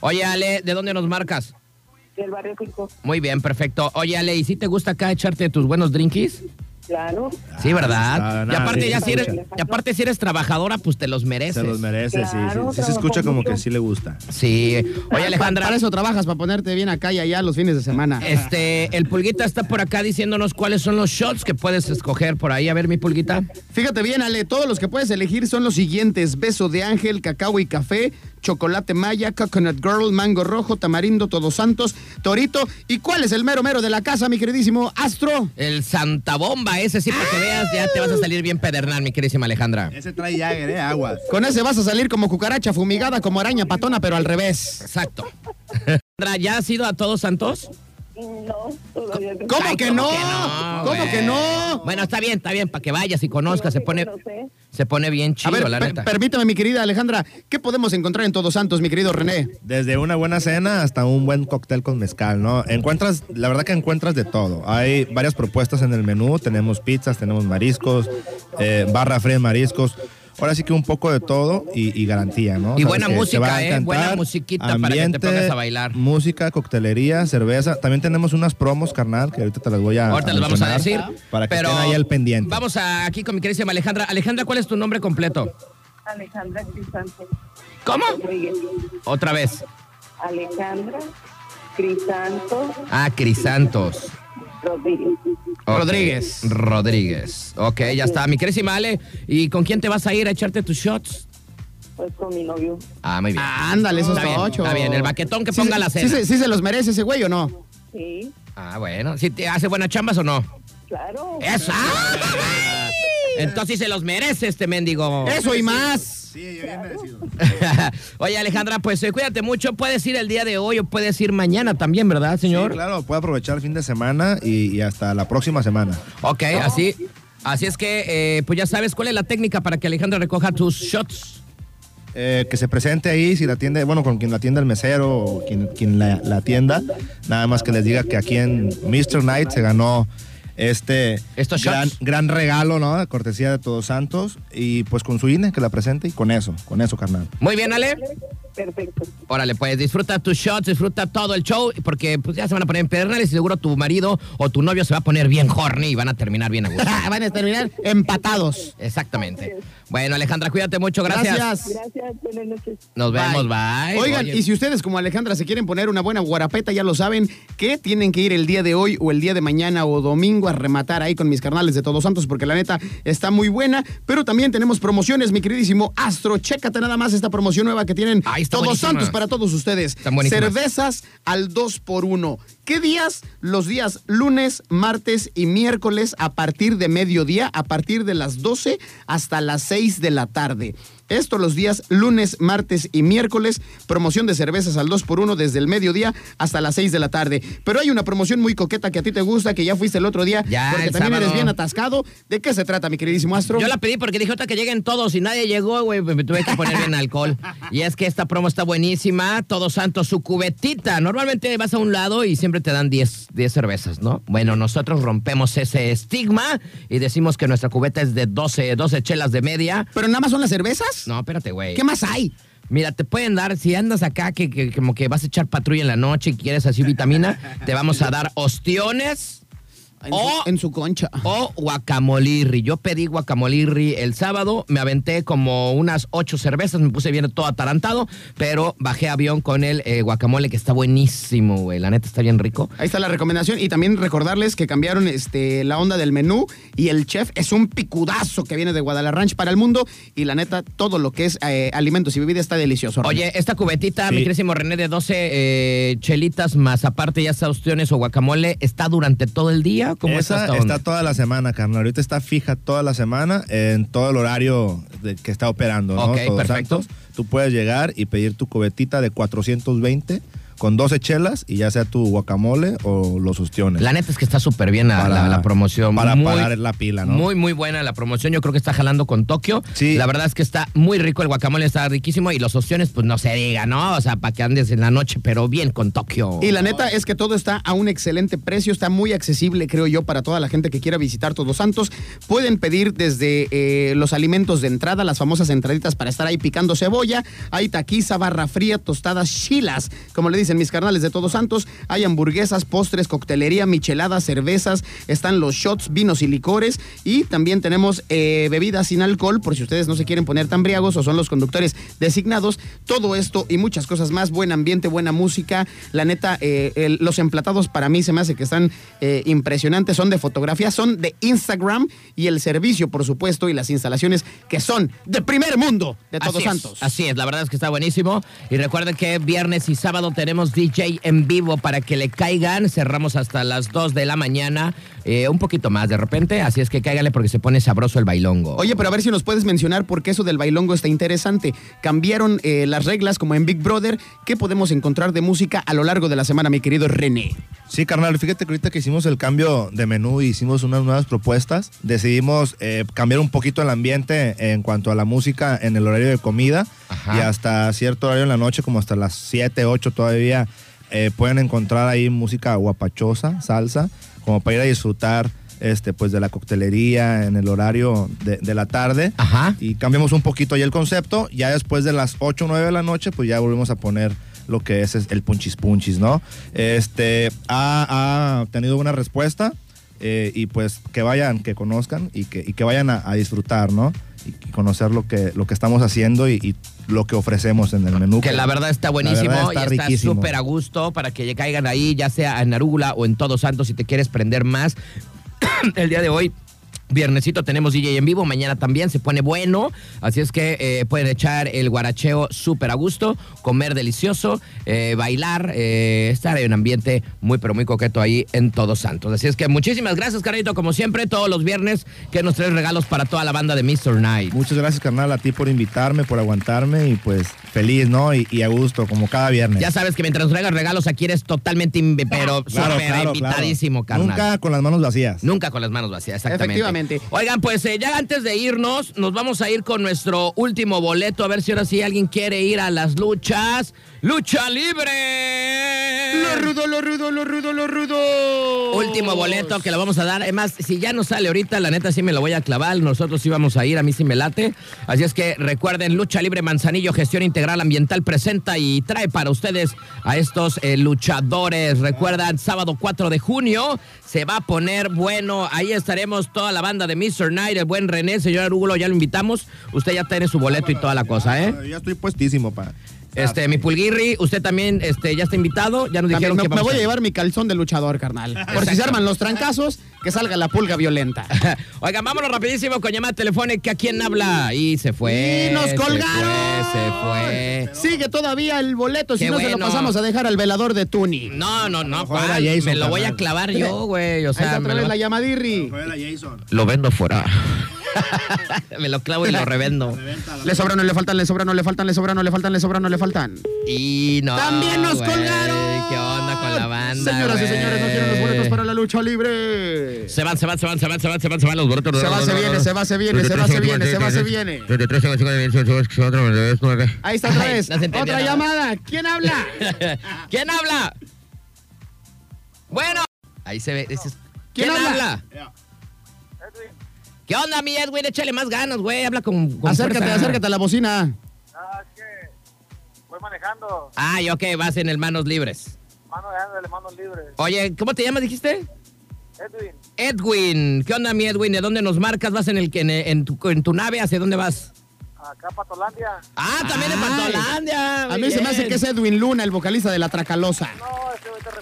Oye, Ale, ¿de dónde nos marcas? Del barrio 5. Muy bien, perfecto. Oye, Ale, ¿y si te gusta acá echarte tus buenos drinkies? Claro. Sí, ¿verdad? está Y aparte, nada, si eres trabajadora, pues te los mereces. Se los merece, Claro, sí. Sí se escucha como mucho. que sí le gusta. Sí. Oye, Alejandra. Para eso trabajas, para ponerte bien acá y allá los fines de semana. El Pulguita está por acá diciéndonos cuáles son los shots que puedes escoger por ahí. A ver, mi Pulguita. Fíjate bien, Ale, todos los que puedes elegir son los siguientes: beso de ángel, cacao y café, chocolate maya, coconut girl, mango rojo, tamarindo, todos santos, torito. ¿Y cuál es el mero mero de la casa, mi queridísimo Astro? El Santa Bomba, ese sí, para que veas, ya te vas a salir bien pedernal, mi queridísima Alejandra. Ese trae Jagger, aguas. Con ese vas a salir como cucaracha fumigada, como araña patona, pero al revés. Exacto. Alejandra, ¿ya has ido a Todos Santos? No, todavía no. ¿Cómo Ay, que no? ¿Cómo güey? que no? Bueno, está bien, para que vayas y conozcas, No sé. se pone bien A chido, ver, la neta. permítame, mi querida Alejandra, ¿qué podemos encontrar en Todos Santos, mi querido René? Desde una buena cena hasta un buen cóctel con mezcal, ¿no? La verdad que encuentras de todo. Hay varias propuestas en el menú. Tenemos pizzas, tenemos mariscos, barra fría de mariscos. Ahora sí que un poco de todo y garantía, ¿no? Y Sabes buena que te música, va a encantar. buena musiquita para que te pongas a bailar. Música, coctelería, cerveza. También tenemos unas promos, carnal, que ahorita te las voy a Ahorita les vamos a decir. mencionar para que pero estén ahí al pendiente. Vamos aquí con mi queridísima Alejandra. Alejandra, ¿cuál es tu nombre completo? Alejandra Crisanto ¿Cómo? Rodríguez. Otra vez. Alejandra Crisanto Crisantos. Rodríguez. Ok, Rodríguez. Rodríguez. Ok, ya está. Mi queridísima Ale, ¿y con quién te vas a ir a echarte tus shots? Pues con mi novio. Muy bien. Ándale, eso Está está bien, ocho. está bien. El baquetón que Sí, ponga la cena. ¿Sí se los merece ese güey o no? Sí, Bueno. ¿Sí te hace buenas chambas o no? claro. ¡Eso! Entonces se los merece este mendigo. Eso y más. Sí, bien merecido. Oye, Alejandra, pues cuídate mucho. Puedes ir el día de hoy o puedes ir mañana también, ¿verdad, señor? Sí, claro, puede aprovechar el fin de semana y hasta la próxima semana. Ok, así es que, pues ya sabes cuál es la técnica para que Alejandra recoja tus shots. Que se presente ahí, si la atiende, bueno, con quien la atienda el mesero o quien la atienda, nada más que les diga que aquí en Mr. Night se ganó Estos shots. gran regalo, ¿no? De cortesía de Todos Santos, y pues con su INE que la presente y con eso, carnal. Muy bien, Ale. Perfecto. Órale, pues disfruta tus shots, disfruta todo el show, porque pues ya se van a poner en pedernales y seguro tu marido o tu novio se va a poner bien horny y van a terminar bien a gusto. Van a terminar empatados. Exactamente. Bueno, Alejandra, cuídate mucho, gracias. Gracias, buenas noches. Nos vemos, bye. Oigan, Oye, y si ustedes como Alejandra se quieren poner una buena guarapeta, ya lo saben, que tienen que ir el día de hoy o el día de mañana o domingo a rematar ahí con mis carnales de Todos Santos, porque la neta está muy buena, pero también tenemos promociones, mi queridísimo Astro. Chécate nada más esta promoción nueva que tienen Ahí está Todos buenísima. Santos para todos ustedes. Están buenísimas. Cervezas al 2x1. ¿Qué días? Los días lunes, martes y miércoles a partir de mediodía, a partir de las 12 hasta las 6 de la tarde. Esto los días lunes, martes y miércoles. Promoción de cervezas al 2x1 desde el mediodía hasta las 6 de la tarde. Pero hay una promoción muy coqueta que a ti te gusta, que ya fuiste el otro día, Ya, porque el también sábado. eres bien atascado. ¿De qué se trata, mi queridísimo Astro? yo la pedí porque dije ahorita que lleguen todos y nadie llegó, güey, me tuve que poner bien alcohol. Y es que esta promo está buenísima. Todos Santos, su cubetita. Normalmente vas a un lado y siempre te dan 10 cervezas, ¿no? Bueno, nosotros rompemos ese estigma y decimos que nuestra cubeta es de 12 chelas de media. ¿Pero nada más son las cervezas? No, espérate, güey. ¿Qué más hay? Mira, te pueden dar, si andas acá que como que vas a echar patrulla en la noche y quieres así vitamina, te vamos a dar ostiones En su concha. o guacamolirri. Yo pedí guacamolirri el sábado, me aventé como unas 8 cervezas, me puse bien todo atarantado, pero bajé avión con el guacamole que está buenísimo, güey. La neta está bien rico. Ahí está la recomendación. Y también recordarles que cambiaron la onda del menú y el chef es un picudazo que viene de Guadalajara Ranch para el mundo. Y la neta, todo lo que es alimentos y bebida está delicioso. Oye, esta cubetita, Sí. mi querísimo René, de 12 chelitas más aparte ya sea ostiones o guacamole, ¿está durante todo el día? ¿Cómo Esa esta onda? está toda la semana, carnal. Ahorita está fija toda la semana en todo el horario que está operando, ¿no? Ok, Todos perfecto. Santos. Tú puedes llegar y pedir tu cubetita de 420 con 12 chelas y ya sea tu guacamole o los ostiones. La neta es que está súper bien la promoción. Para pagar la pila, ¿no? Muy, muy buena la promoción. Yo creo que está jalando con Tokio. Sí. La verdad es que está muy rico. El guacamole está riquísimo. Y los ostiones, pues no se diga, ¿no? O sea, para que andes en la noche, pero bien con Tokio. Y la neta es que todo está a un excelente precio. Está muy accesible, creo yo, para toda la gente que quiera visitar Todos Santos. Pueden pedir desde los alimentos de entrada, las famosas entraditas para estar ahí picando cebolla. Hay taquiza, barra fría, tostadas, chilas, como le dicen mis carnales de Todos Santos. Hay hamburguesas, postres, coctelería, micheladas, cervezas, están los shots, vinos y licores, y también tenemos bebidas sin alcohol, por si ustedes no se quieren poner tan briagos o son los conductores designados. Todo esto y muchas cosas más, buen ambiente, buena música. La neta, los emplatados para mí se me hace que están impresionantes, son de fotografía, son de Instagram, y el servicio, por supuesto, y las instalaciones que son de primer mundo de Todos Santos. Así es, la verdad es que está buenísimo. Y recuerden que viernes y sábado tenemos DJ en vivo para que le caigan. Cerramos hasta las 2 de la mañana, un poquito más de repente, así es que cáigale porque se pone sabroso el bailongo. Oye, pero a ver si nos puedes mencionar por qué eso del bailongo está interesante. Cambiaron las reglas como en Big Brother. ¿Qué podemos encontrar de música a lo largo de la semana, mi querido René? Sí, carnal, fíjate que ahorita que hicimos el cambio de menú y hicimos unas nuevas propuestas, decidimos cambiar un poquito el ambiente en cuanto a la música en el horario de comida. Ajá. Y hasta cierto horario en la noche, como hasta las 7, 8 todavía, pueden encontrar ahí música guapachosa, salsa, como para ir a disfrutar pues de la coctelería en el horario de la tarde. Ajá. Y cambiamos un poquito ahí el concepto. Ya después de las 8 o 9 de la noche, pues ya volvemos a poner lo que es el punchis punchis, ¿no? Ha tenido buena respuesta, y pues que vayan, que conozcan y que vayan a disfrutar, ¿no? Y conocer lo que estamos haciendo y lo que ofrecemos en el menú. Que la verdad está buenísimo, la verdad está y está súper a gusto para que caigan ahí, ya sea en Arúgula o en Todos Santos, si te quieres prender más. El día de hoy, viernesito, tenemos DJ en vivo, mañana también se pone bueno, así es que pueden echar el guaracheo súper a gusto, comer delicioso, bailar, estar en un ambiente muy pero muy coqueto ahí en Todos Santos. Así es que muchísimas gracias, carnalito, como siempre, todos los viernes que nos traes regalos para toda la banda de Mr. Night. Muchas gracias, carnal, a ti por invitarme, por aguantarme, y pues feliz, ¿no? Y a gusto, como cada viernes. Ya sabes que mientras nos traigas regalos aquí eres totalmente, pero súper invitadísimo, carnal. Nunca con las manos vacías. Nunca con las manos vacías, exactamente. Efectivamente. Oigan, pues ya antes de irnos, nos vamos a ir con nuestro último boleto, a ver si ahora sí alguien quiere ir a las luchas. ¡Lucha libre! ¡Lo rudo, lo rudo, lo rudo, lo rudo! Último boleto que lo vamos a dar. Además, si ya no sale ahorita, la neta sí me lo voy a clavar. Nosotros sí vamos a ir, a mí sí me late. Así es que recuerden, Lucha Libre Manzanillo, Gestión Integral Ambiental presenta y trae para ustedes a estos luchadores. Recuerdan, sábado 4 de junio se va a poner bueno. Ahí estaremos toda la banda de Mr. Night, el buen René, señor Arúgulo, ya lo invitamos. Usted ya tiene su boleto y toda la cosa, ¿eh? Ya estoy puestísimo, pa. Mi Pulguirri, usted también ya está invitado. Ya nos dijeron que me voy a llevar mi calzón de luchador, carnal. Por si se arman los trancazos, que salga la pulga violenta. Oigan, vámonos rapidísimo con llamada telefónica. ¿Quién habla? Y se fue. ¡Y nos colgaron! Se fue. Sigue todavía el boleto, si Qué no se lo bueno. pasamos a dejar al velador de Tuni. No, Mejor era ¿cuál? Jason, Me lo voy a carnal. clavar yo, güey. O Ahí sea, está otra vez la llamadirri. lo vendo fuera. Me lo clavo y lo revendo. Le sobra, no le faltan, le sobra, no le faltan, le sobra, no le faltan, le sobra, no le faltan. Y no. ¡También nos güey, colgaron! ¿Qué onda con la banda? Señoras y güey? señores, no quieren los boletos para la lucha libre. Se van los boletos. Se va, se viene, se va, se viene, se va, se viene, se va, se viene. Ahí está otra vez. No se entendió Otra nada. llamada. ¿Quién habla? ¿Quién habla? Bueno. Ahí se ve. ¿Quién habla? ¿Qué onda, mi Edwin? Échale más ganas, güey. Habla con Acércate, fuerza. acércate a la bocina. Ah, es que voy manejando, Ay, ok, vas en el manos libres. manos libres. Oye, ¿cómo te llamas, dijiste? Edwin, Edwin. ¿Qué onda, mi Edwin? ¿De dónde nos marcas? ¿Vas en tu nave? ¿Hacia dónde vas? acá Patolandia. Ah, también en Ay. Patolandia. A mí se me hace que es Edwin Luna, el vocalista de La Tracalosa. No, ese güey está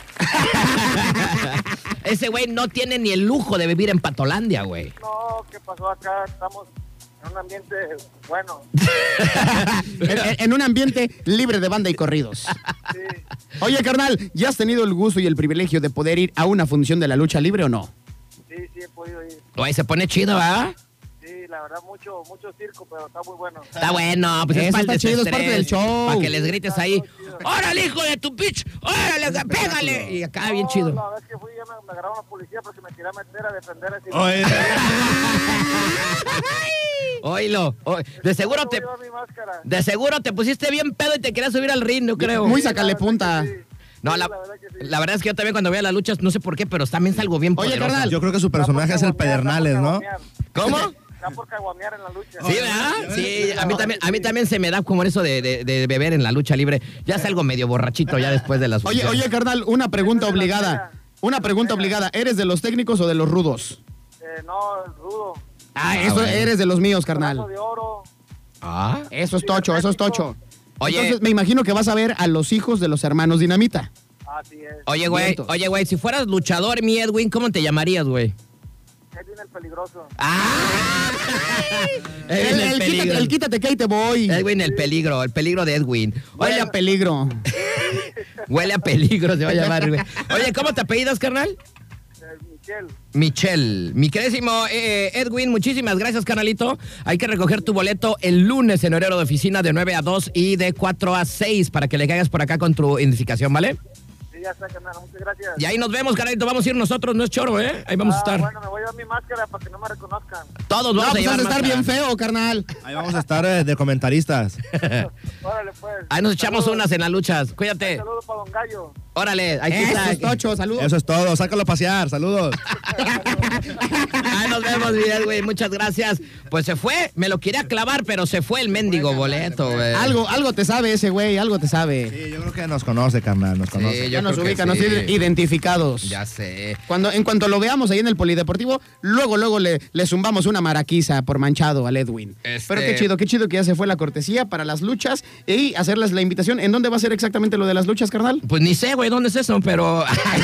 re feo. Ese güey no tiene ni el lujo de vivir en Patolandia, güey. No, ¿qué pasó acá? Estamos en un ambiente bueno. En un ambiente libre de banda y corridos. Sí, Oye, carnal, ¿ya has tenido el gusto y el privilegio de poder ir a una función de la lucha libre o no? sí, he podido ir. Güey, se pone chido, ¿verdad? Sí, la la verdad, mucho circo, pero está muy bueno. Está bueno, pues Eso es está chido, es parte del show. Para que les grites ahí, ¡órale, hijo de tu pitch! ¡Órale, pégale! Y acá bien chido. La vez que fui ya me agarraron la policía porque me tiré a meter a defender así. Oye, Oílo. De seguro te pusiste bien pedo y te querías subir al ring, yo creo. Muy sacarle punta. No, la verdad es que yo también cuando veía las luchas, no sé por qué, pero también salgo bien Oye, poderoso. carnal. yo creo que su personaje es el Pedernales, ¿no? ¿Cómo? Está por caguamear en la lucha. Sí, ¿verdad? Sí, a mí también se me da como eso de beber en la lucha libre. Ya salgo medio borrachito ya después de las Oye, carnal, una pregunta obligada. ¿Eres de los técnicos o de los rudos? No, el rudo. Eso bueno. Eres de los míos, carnal. Brazo de oro. Ah. Eso es tocho. Oye. Entonces, me imagino que vas a ver a los hijos de los hermanos Dinamita. Así es. Oye, Vientos. güey, si fueras luchador, mi Edwin, ¿cómo te llamarías, güey? Edwin el peligroso. ¡Ah! Edwin el peligro. El quítate que ahí te voy. Edwin el peligro de Edwin. Huele Oye, a peligro. huele a peligro, se va a llamar, güey. Oye, ¿cómo te apellidas, carnal? Michelle. Mi queridísimo Edwin, muchísimas gracias, carnalito. Hay que recoger tu boleto el lunes en horario de oficina de 9 a 2 y de 4 a 6 para que le caigas por acá con tu identificación, ¿vale? Sí, ya está, carnal. Muchas gracias. Y ahí nos vemos, carnalito. Vamos a ir nosotros, no es choro, ¿eh? Ahí vamos a estar. Bueno, me voy a dar mi máscara para que no me reconozcan. Todos No, vamos a pues llevar vas a estar máscara. bien feo, carnal. Ahí vamos a estar de comentaristas. Órale, pues. Ahí nos echamos Saludos. unas en las luchas. Cuídate. Saludos para Don Gallo. Órale, ahí Eso está. es tocho, saludos. Eso es todo, sácalo a pasear, saludos. Ahí nos vemos, Miguel, güey. Muchas gracias. Pues se fue, me lo quería clavar, pero se fue el mendigo boleto, güey. Algo te sabe ese güey, algo te sabe. Sí, yo creo que nos conoce, carnal, nos conoce. Sí, Ya yo nos creo que ubica, nos sí. tiene identificados. Ya sé. En cuanto lo veamos ahí en el polideportivo, luego le zumbamos una maraquiza por manchado al Edwin. Pero qué chido que ya se fue la cortesía para las luchas y hacerles la invitación. ¿En dónde va a ser exactamente lo de las luchas, carnal? Pues ni sé, güey, ¿dónde es eso? Pero...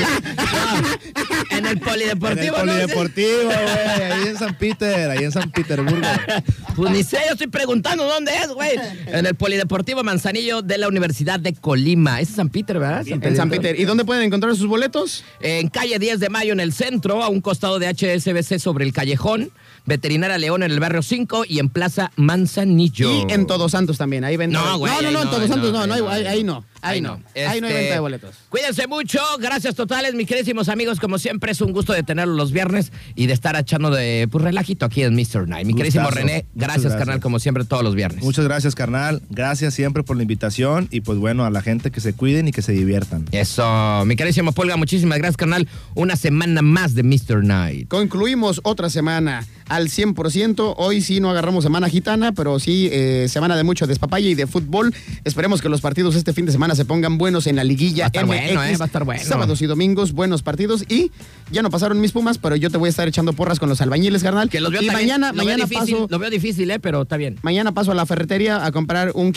en el polideportivo, En el ¿no? polideportivo, güey, ahí en San Peter, ahí en San Petersburgo. Pues ni sé, yo estoy preguntando dónde es, güey. En el Polideportivo Manzanillo de la Universidad de Colima. Es San Peter, ¿verdad? En San Peter. ¿Y dónde pueden encontrar sus boletos? En calle 10 de Mayo, en el centro, a un costado de HSBC sobre el Callejón. Veterinaria León en el barrio 5 y en Plaza Manzanillo. Y en Todos Santos también. Ahí venden. No, güey, No, ahí en Todos Santos no. Ahí no. Ahí Ahí no hay venta de boletos. Cuídense mucho, gracias totales, mis queridísimos amigos. Como siempre, es un gusto de tenerlos los viernes y de estar echando de relajito aquí en Mr. Night. Mi queridísimo Gustazo. René, gracias, carnal, como siempre, todos los viernes. Muchas gracias, carnal. Gracias siempre por la invitación y pues bueno, a la gente que se cuiden y que se diviertan. Eso, mi queridísimo Pulga, muchísimas gracias, carnal. Una semana más de Mr. Night. Concluimos otra semana al 100%. Hoy sí no agarramos semana gitana, pero sí semana de mucho despapalle y de fútbol. Esperemos que los partidos este fin de semana se pongan buenos en la liguilla. Va a estar MX. bueno, va a estar bueno. Sábados y domingos, buenos partidos. Y ya no pasaron mis Pumas, pero yo te voy a estar echando porras con los albañiles, carnal. Que los veo y también, mañana difícil, paso... lo veo difícil, pero está bien. Mañana paso a la ferretería a comprar un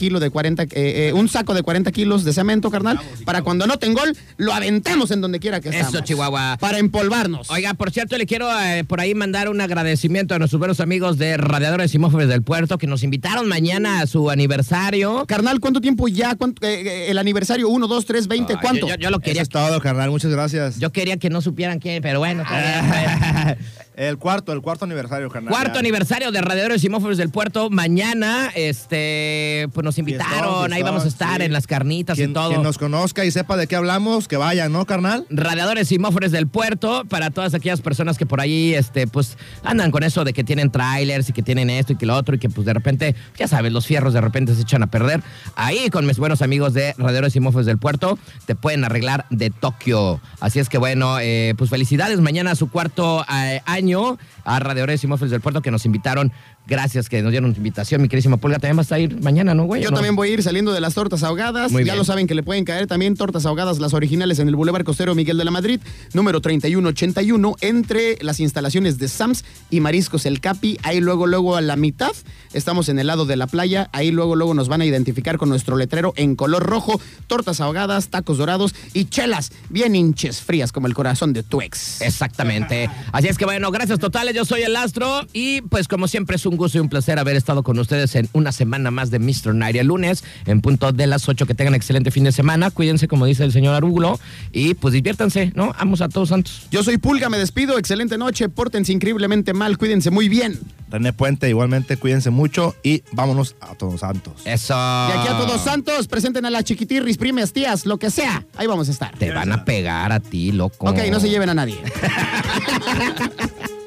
saco de 40 kilos de cemento, carnal, para cuando no tenga gol, lo aventamos en donde quiera que estamos. Eso, Chihuahua. Para empolvarnos. Oiga, por cierto, le quiero por ahí mandar un agradecimiento a nuestros buenos amigos de Radiadores y Mofles del Puerto que nos invitaron mañana a su aniversario. Carnal, ¿cuánto tiempo ya? El aniversario, 1, 2, 3, 20, ¿cuánto? Yo lo quería. Eso es todo, carnal. Muchas gracias. Yo quería que no supieran quién, pero bueno, está bien, está bien. El cuarto aniversario, carnal. Cuarto Ya. aniversario de Radiadores y Mofles del Puerto. Mañana, pues nos invitaron. Fiestón, ahí vamos a estar sí. en las carnitas y todo. Quien nos conozca y sepa de qué hablamos, que vaya, ¿no, carnal? Radiadores y Mofres del Puerto, para todas aquellas personas que por ahí, pues, andan con eso de que tienen trailers y que tienen esto y que lo otro y que, pues, de repente, ya sabes, los fierros de repente se echan a perder. Ahí, con mis buenos amigos de Radiadores y Mofres del Puerto, te pueden arreglar de Tokio. Así es que, bueno, pues, felicidades. Mañana a su cuarto año a Radiadores y Mofles del Puerto que nos invitaron. Gracias que nos dieron invitación, mi queridísimo Pulga. También vas a ir mañana, ¿no, güey? Yo ¿No? también voy a ir saliendo de las tortas ahogadas. Muy Ya bien. lo saben que le pueden caer también tortas ahogadas, las originales, en el Boulevard Costero Miguel de la Madrid, número 3181, entre las instalaciones de Sams y Mariscos El Capi. Ahí luego a la mitad, estamos en el lado de la playa. Ahí luego nos van a identificar con nuestro letrero en color rojo. Tortas ahogadas, tacos dorados y chelas bien hinches frías como el corazón de tu ex. Exactamente. Así es que bueno, gracias totales. Yo soy el Astro y pues como siempre es un gusto y un placer haber estado con ustedes en una semana más de Mr. Night. El lunes en punto de las 8. Que tengan excelente fin de semana. Cuídense, como dice el señor Arúgulo, y pues diviértanse, ¿no? Vamos a Todos Santos. Yo soy Pulga, me despido. Excelente noche. Pórtense increíblemente mal. Cuídense muy bien. René Puente, igualmente, cuídense mucho y vámonos a Todos Santos. Eso. De aquí a Todos Santos, presenten a las chiquitirris, primas, tías, lo que sea. Ahí vamos a estar. Te van a pegar a ti, loco. Ok, no se lleven a nadie.